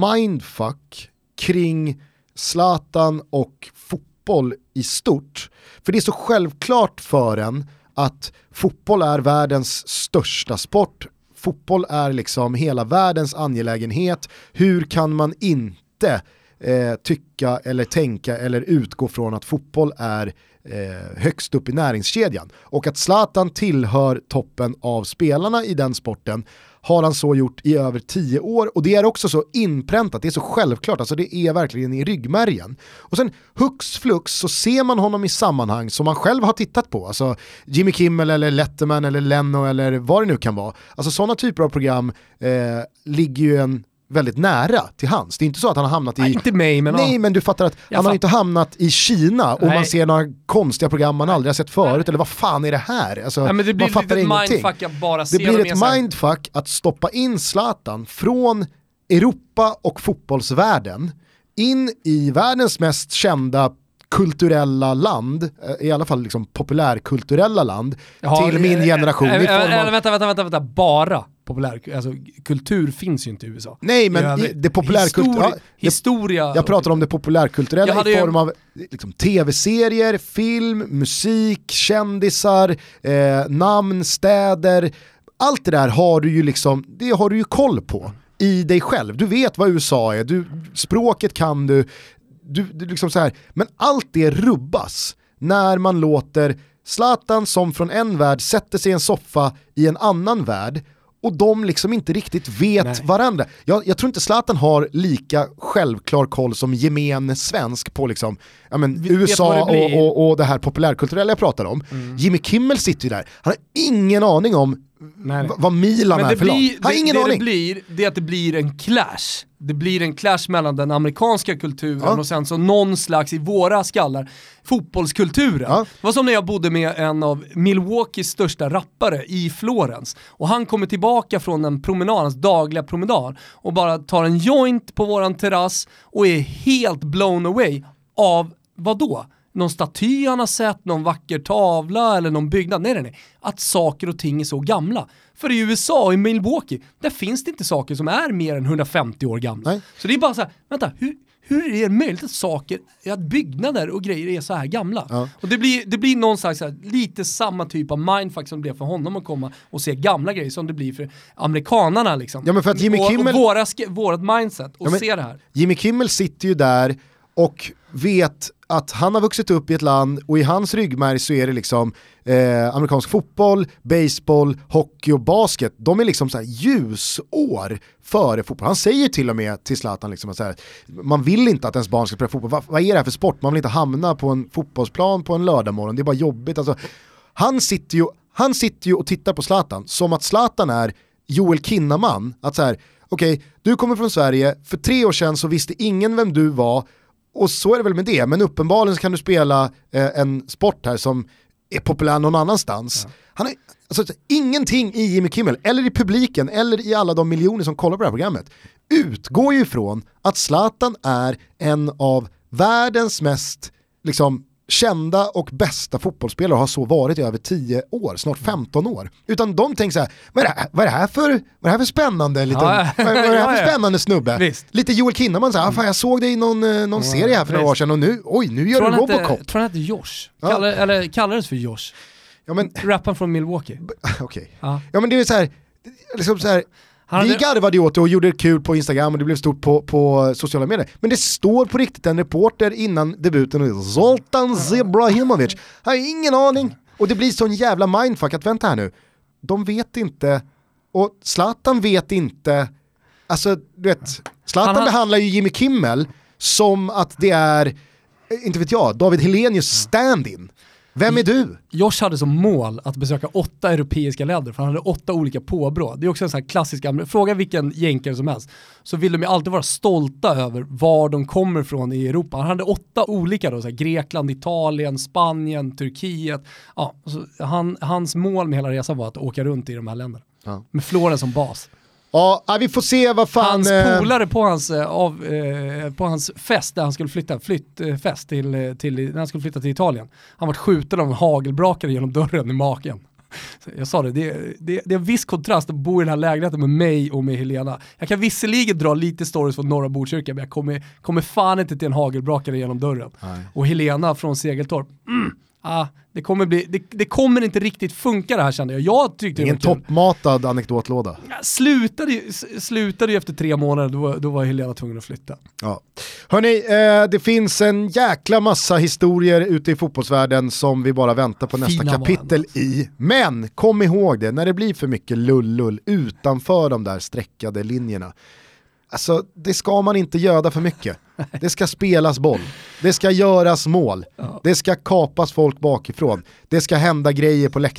mindfuck kring Zlatan och fotboll i stort. För det är så självklart för en att fotboll är världens största sport. Fotboll är liksom hela världens angelägenhet. Hur kan man inte eh, tycka eller tänka eller utgå från att fotboll är eh, högst upp i näringskedjan? Och att Zlatan tillhör toppen av spelarna i den sporten har han så gjort i över tio år, och det är också så inpräntat, det är så självklart, alltså det är verkligen i ryggmärgen. Och sen hux flux så ser man honom i sammanhang som man själv har tittat på, alltså Jimmy Kimmel eller Letterman eller Leno eller vad det nu kan vara. Alltså sådana typer av program eh, ligger ju en väldigt nära till hans. Det är inte så att han har hamnat i... Nej, inte mig, men... Nej, men du fattar att han har inte hamnat i Kina och Nej. man ser några konstiga program man aldrig har sett förut. Nej. Eller vad fan är det här? Alltså, Nej, men det blir man fattar ett mindfuck att bara se det blir ett mindfuck att stoppa in Zlatan från Europa och fotbollsvärlden in i världens mest kända kulturella land, i alla fall liksom populärkulturella land, Jaha, till min generation. Äh, äh, äh, i form av... vänta, vänta, vänta, vänta, bara populär, alltså kultur finns ju inte i U S A. Nej, men det, det populärkultur... Histori- ja, historia... Jag pratar om det populärkulturella i form ju... av liksom, tv-serier, film, musik, kändisar, eh, namn, städer. Allt det där har du ju liksom, det har du ju koll på i dig själv. Du vet vad U S A är, du, språket kan du, du, du liksom så här. Men allt det rubbas när man låter Zlatan som från en värld sätter sig i en soffa i en annan värld och de liksom inte riktigt vet Nej. varandra. Jag, jag tror inte Zlatan har lika självklar koll som gemene svensk på liksom, ja, men, U S A och, och, och det här populärkulturella jag pratar om. Mm. Jimmy Kimmel sitter ju där. Han har ingen aning om Nej. v- vad Milan men är för lag. Han har ingen det, aning. Det, blir, det är att det blir en clash. Det blir en clash mellan den amerikanska kulturen ja. och sen så någon slags i våra skallar fotbollskulturen. Ja. Det var som när jag bodde med en av Milwaukees största rappare i Florens och han kommer tillbaka från en promenad, hans dagliga promenad och bara tar en joint på våran terrass och är helt blown away av vad då? Någon staty han har sett, någon vacker tavla eller någon byggnad. Nej, nej, nej. Att saker och ting är så gamla. För i U S A och i Milwaukee, där finns det inte saker som är mer än hundrafemtio år gamla. Nej. Så det är bara så här, vänta, hur, hur är det möjligt att saker, att byggnader och grejer är så här gamla? Ja. Och det blir, det blir någon slags så här, lite samma typ av mindfuck som det blir för honom att komma och se gamla grejer som det blir för amerikanarna liksom. Ja, men för att Jimmy Kimmel... och, och våra, vårat mindset och ja, se det här. Jimmy Kimmel sitter ju där och vet att han har vuxit upp i ett land och i hans ryggmärg så är det liksom eh, amerikansk fotboll, baseball, hockey och basket. De är liksom så här ljusår före fotboll. Han säger till och med till Zlatan liksom att så här, man vill inte att ens barn ska spela fotboll. Va, vad är det här för sport? Man vill inte hamna på en fotbollsplan på en lördagmorgon. Det är bara jobbigt. Alltså, han sitter ju, han sitter ju och tittar på Zlatan som att Zlatan är Joel Kinnaman. Att så här, okej, okay, du kommer från Sverige, för tre år sedan så visste ingen vem du var. Och så är det väl med det, men uppenbarligen så kan du spela eh, en sport här som är populär någon annanstans. Ja. Han har alltså, ingenting i Jimmy Kimmel, eller i publiken, eller i alla de miljoner som kollar på det här programmet, utgår ju ifrån att Zlatan är en av världens mest liksom, kända och bästa fotbollsspelare och har så varit i över tio år, snart femton år. Utan de tänker så här, vad är det här, vad är det här, för, vad är det här för spännande liten, ja, vad är det här för spännande snubbe? Visst. Lite Joel Kinnaman så här, fan, jag såg dig i någon, någon ja, serie här för några år sedan och nu, oj, nu gör du Robocop. Tror han hette Josh? Ja. Kallar, eller kallades för Josh? Ja, men rapparen från Milwaukee. Okej. Okay. Ja. ja, men det är så här, liksom så här Han vi hade... garvade åt det och gjorde det kul på Instagram och det blev stort på, på sociala medier. Men det står på riktigt en reporter innan debuten, Zoltan Ibrahimovic. Han har ingen aning. Och det blir sån jävla mindfuck att vänta här nu. De vet inte. Och Zlatan vet inte. Alltså, du vet, Zlatan har... behandlar ju Jimmy Kimmel som att det är, inte vet jag, David Hellenius stand-in. Vem är du? Josh hade som mål att besöka åtta europeiska länder för han hade åtta olika påbrå. Det är också en sån här klassisk, fråga vilken jänkare som helst så vill de ju alltid vara stolta över var de kommer från i Europa. Han hade åtta olika då, så här, Grekland, Italien, Spanien, Turkiet. Ja, så han, hans mål med hela resan var att åka runt i de här länderna. Ja. Med Florens som bas. Ja, vi får se vad fan... Hans polare på hans, av, eh, på hans fest där han skulle flytta, flyttfest till, till, när han skulle flytta till Italien. Han var skjuten av en hagelbrakare genom dörren i magen. Så jag sa det, det, det, det är en viss kontrast att bo i den här lägenheten med mig och med Helena. Jag kan visserligen dra lite stories från Norra Botkyrka, men jag kommer, kommer fan inte till en hagelbrakare genom dörren. Nej. Och Helena från Segeltorp, mm. Ah, det, kommer bli, det, det kommer inte riktigt funka det här, kände jag. Jag tyckte det är en toppmatad anekdotlåda. Jag slutade, ju, slutade ju efter tre månader, då, då var Helena tvungen att flytta. Ja. Hörrni, eh, det finns en jäkla massa historier ute i fotbollsvärlden som vi bara väntar på nästa Fina kapitel man. i. Men kom ihåg det, när det blir för mycket lull-lull utanför de där streckade linjerna. Alltså, det ska man inte göda för mycket. Det ska spelas boll. Det ska göras mål. Ja. Det ska kapas folk bakifrån. Det ska hända grejer på läktarna.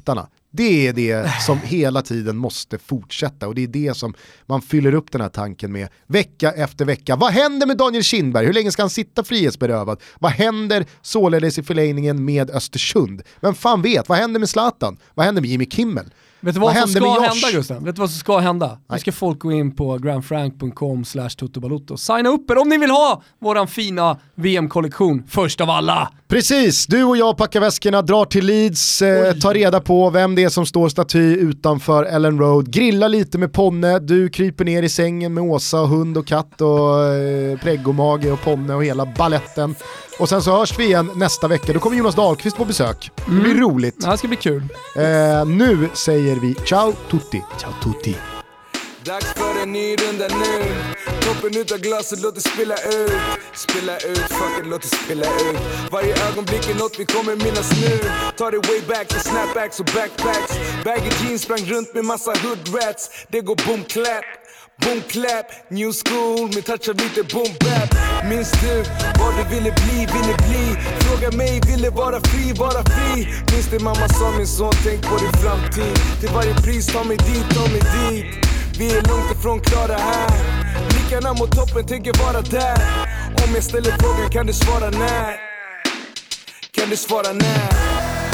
Det är det som hela tiden måste fortsätta och det är det som man fyller upp den här tanken med vecka efter vecka. Vad händer med Daniel Kindberg? Hur länge ska han sitta frihetsberövad? Vad händer således i förlängningen med Östersund? Vem fan vet? Vad händer med Zlatan? Vad händer med Jimmy Kimmel? Vet du vad, vad som ska hända, Gustav? Vet du vad som ska hända? Nu ska folk gå in på grandfrank punkt com slash tuttobalutto. Signa upp er om ni vill ha våran fina V M-kollektion först av alla. Precis, du och jag packar väskorna, drar till Leeds, eh, tar reda på vem det är som står staty utanför Ellen Road, grillar lite med Ponne, du kryper ner i sängen med Åsa och hund och katt och eh, pregomage och Ponne och hela balletten. Och sen så hörs vi igen nästa vecka. Då kommer Jonas Dahlqvist på besök. Det blir mm. roligt. Ja, det ska bli kul. Eh, nu säger vi ciao tutti. Ciao tutti. Dags för en ny runda nu. Toppen utav glaset, låt det spilla ut. Spilla ut, fuck it, låt det spilla ut. Varje ögonblick är något vi kommer minnas nu. Ta det way back till snapbacks och backpacks. Baggy jeans sprang runt med massa hood rats. Det går boom clap. Boom clap, new school, med touch av lite boom bap. Minns du vad du ville bli, ville bli? Fråga mig, ville vara fri, vara fri. Minns det mamma sa, min son, tänk på din framtid. Till varje pris, ta mig dit, ta mig dit. Vi är långt ifrån klara här. Blickarna mot toppen, tänker vara där. Om jag ställer frågan, kan du svara när? Kan du svara när?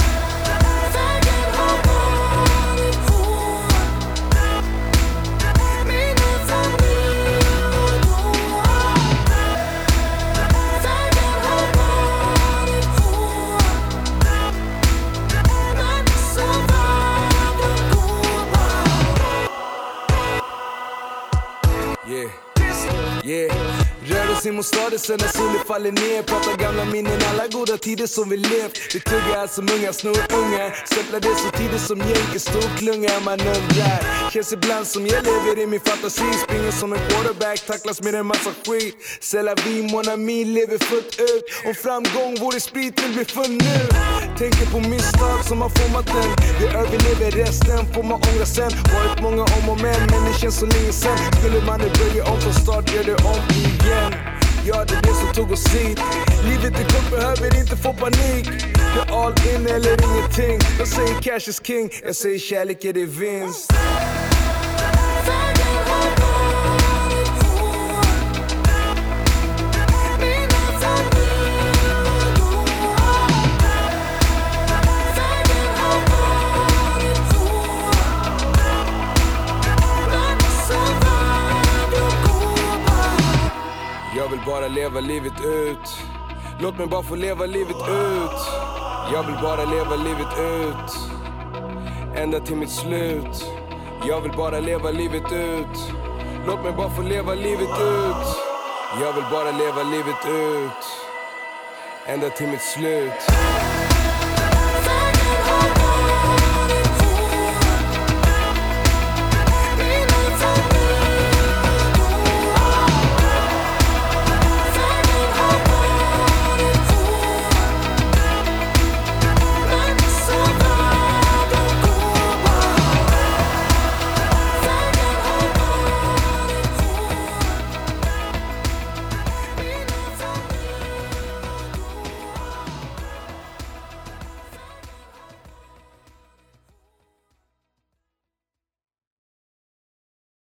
Yeah, yeah. Rör oss in mot stadisen när solen faller ner. Pratar gamla minnen, alla goda tider som vi levt. Vi tuggar allt som unga, snor unga. Stäpplar det så tidigt som jänker, stor klunga. Man undrar, känns ibland som jag lever i min fantasi. Springer som en quarterback, tacklas med en massa skit. Sälja vi, mon ami, lever fullt ut. Om framgång, vår sprit vill bli full nu. Tänker på misstag som har format den. Vi överlever resten, får man ångra sen. Varit många om och men, men det känns så länge sen. Skulle man nu börja om från start, gör det om igen. Ja, det är det som tog oss hit. Livet är kort, behöver inte få panik. Det är all in eller ingenting. Jag säger cash is king, jag säger kärlek är det vinst. Jag vill bara leva livet ut. Låt mig bara få leva livet ut. Jag vill bara leva livet ut. Ända till mitt slut. Jag vill bara leva livet ut. Låt mig bara få leva livet ut. Jag vill bara leva livet ut. Ända till mitt slut.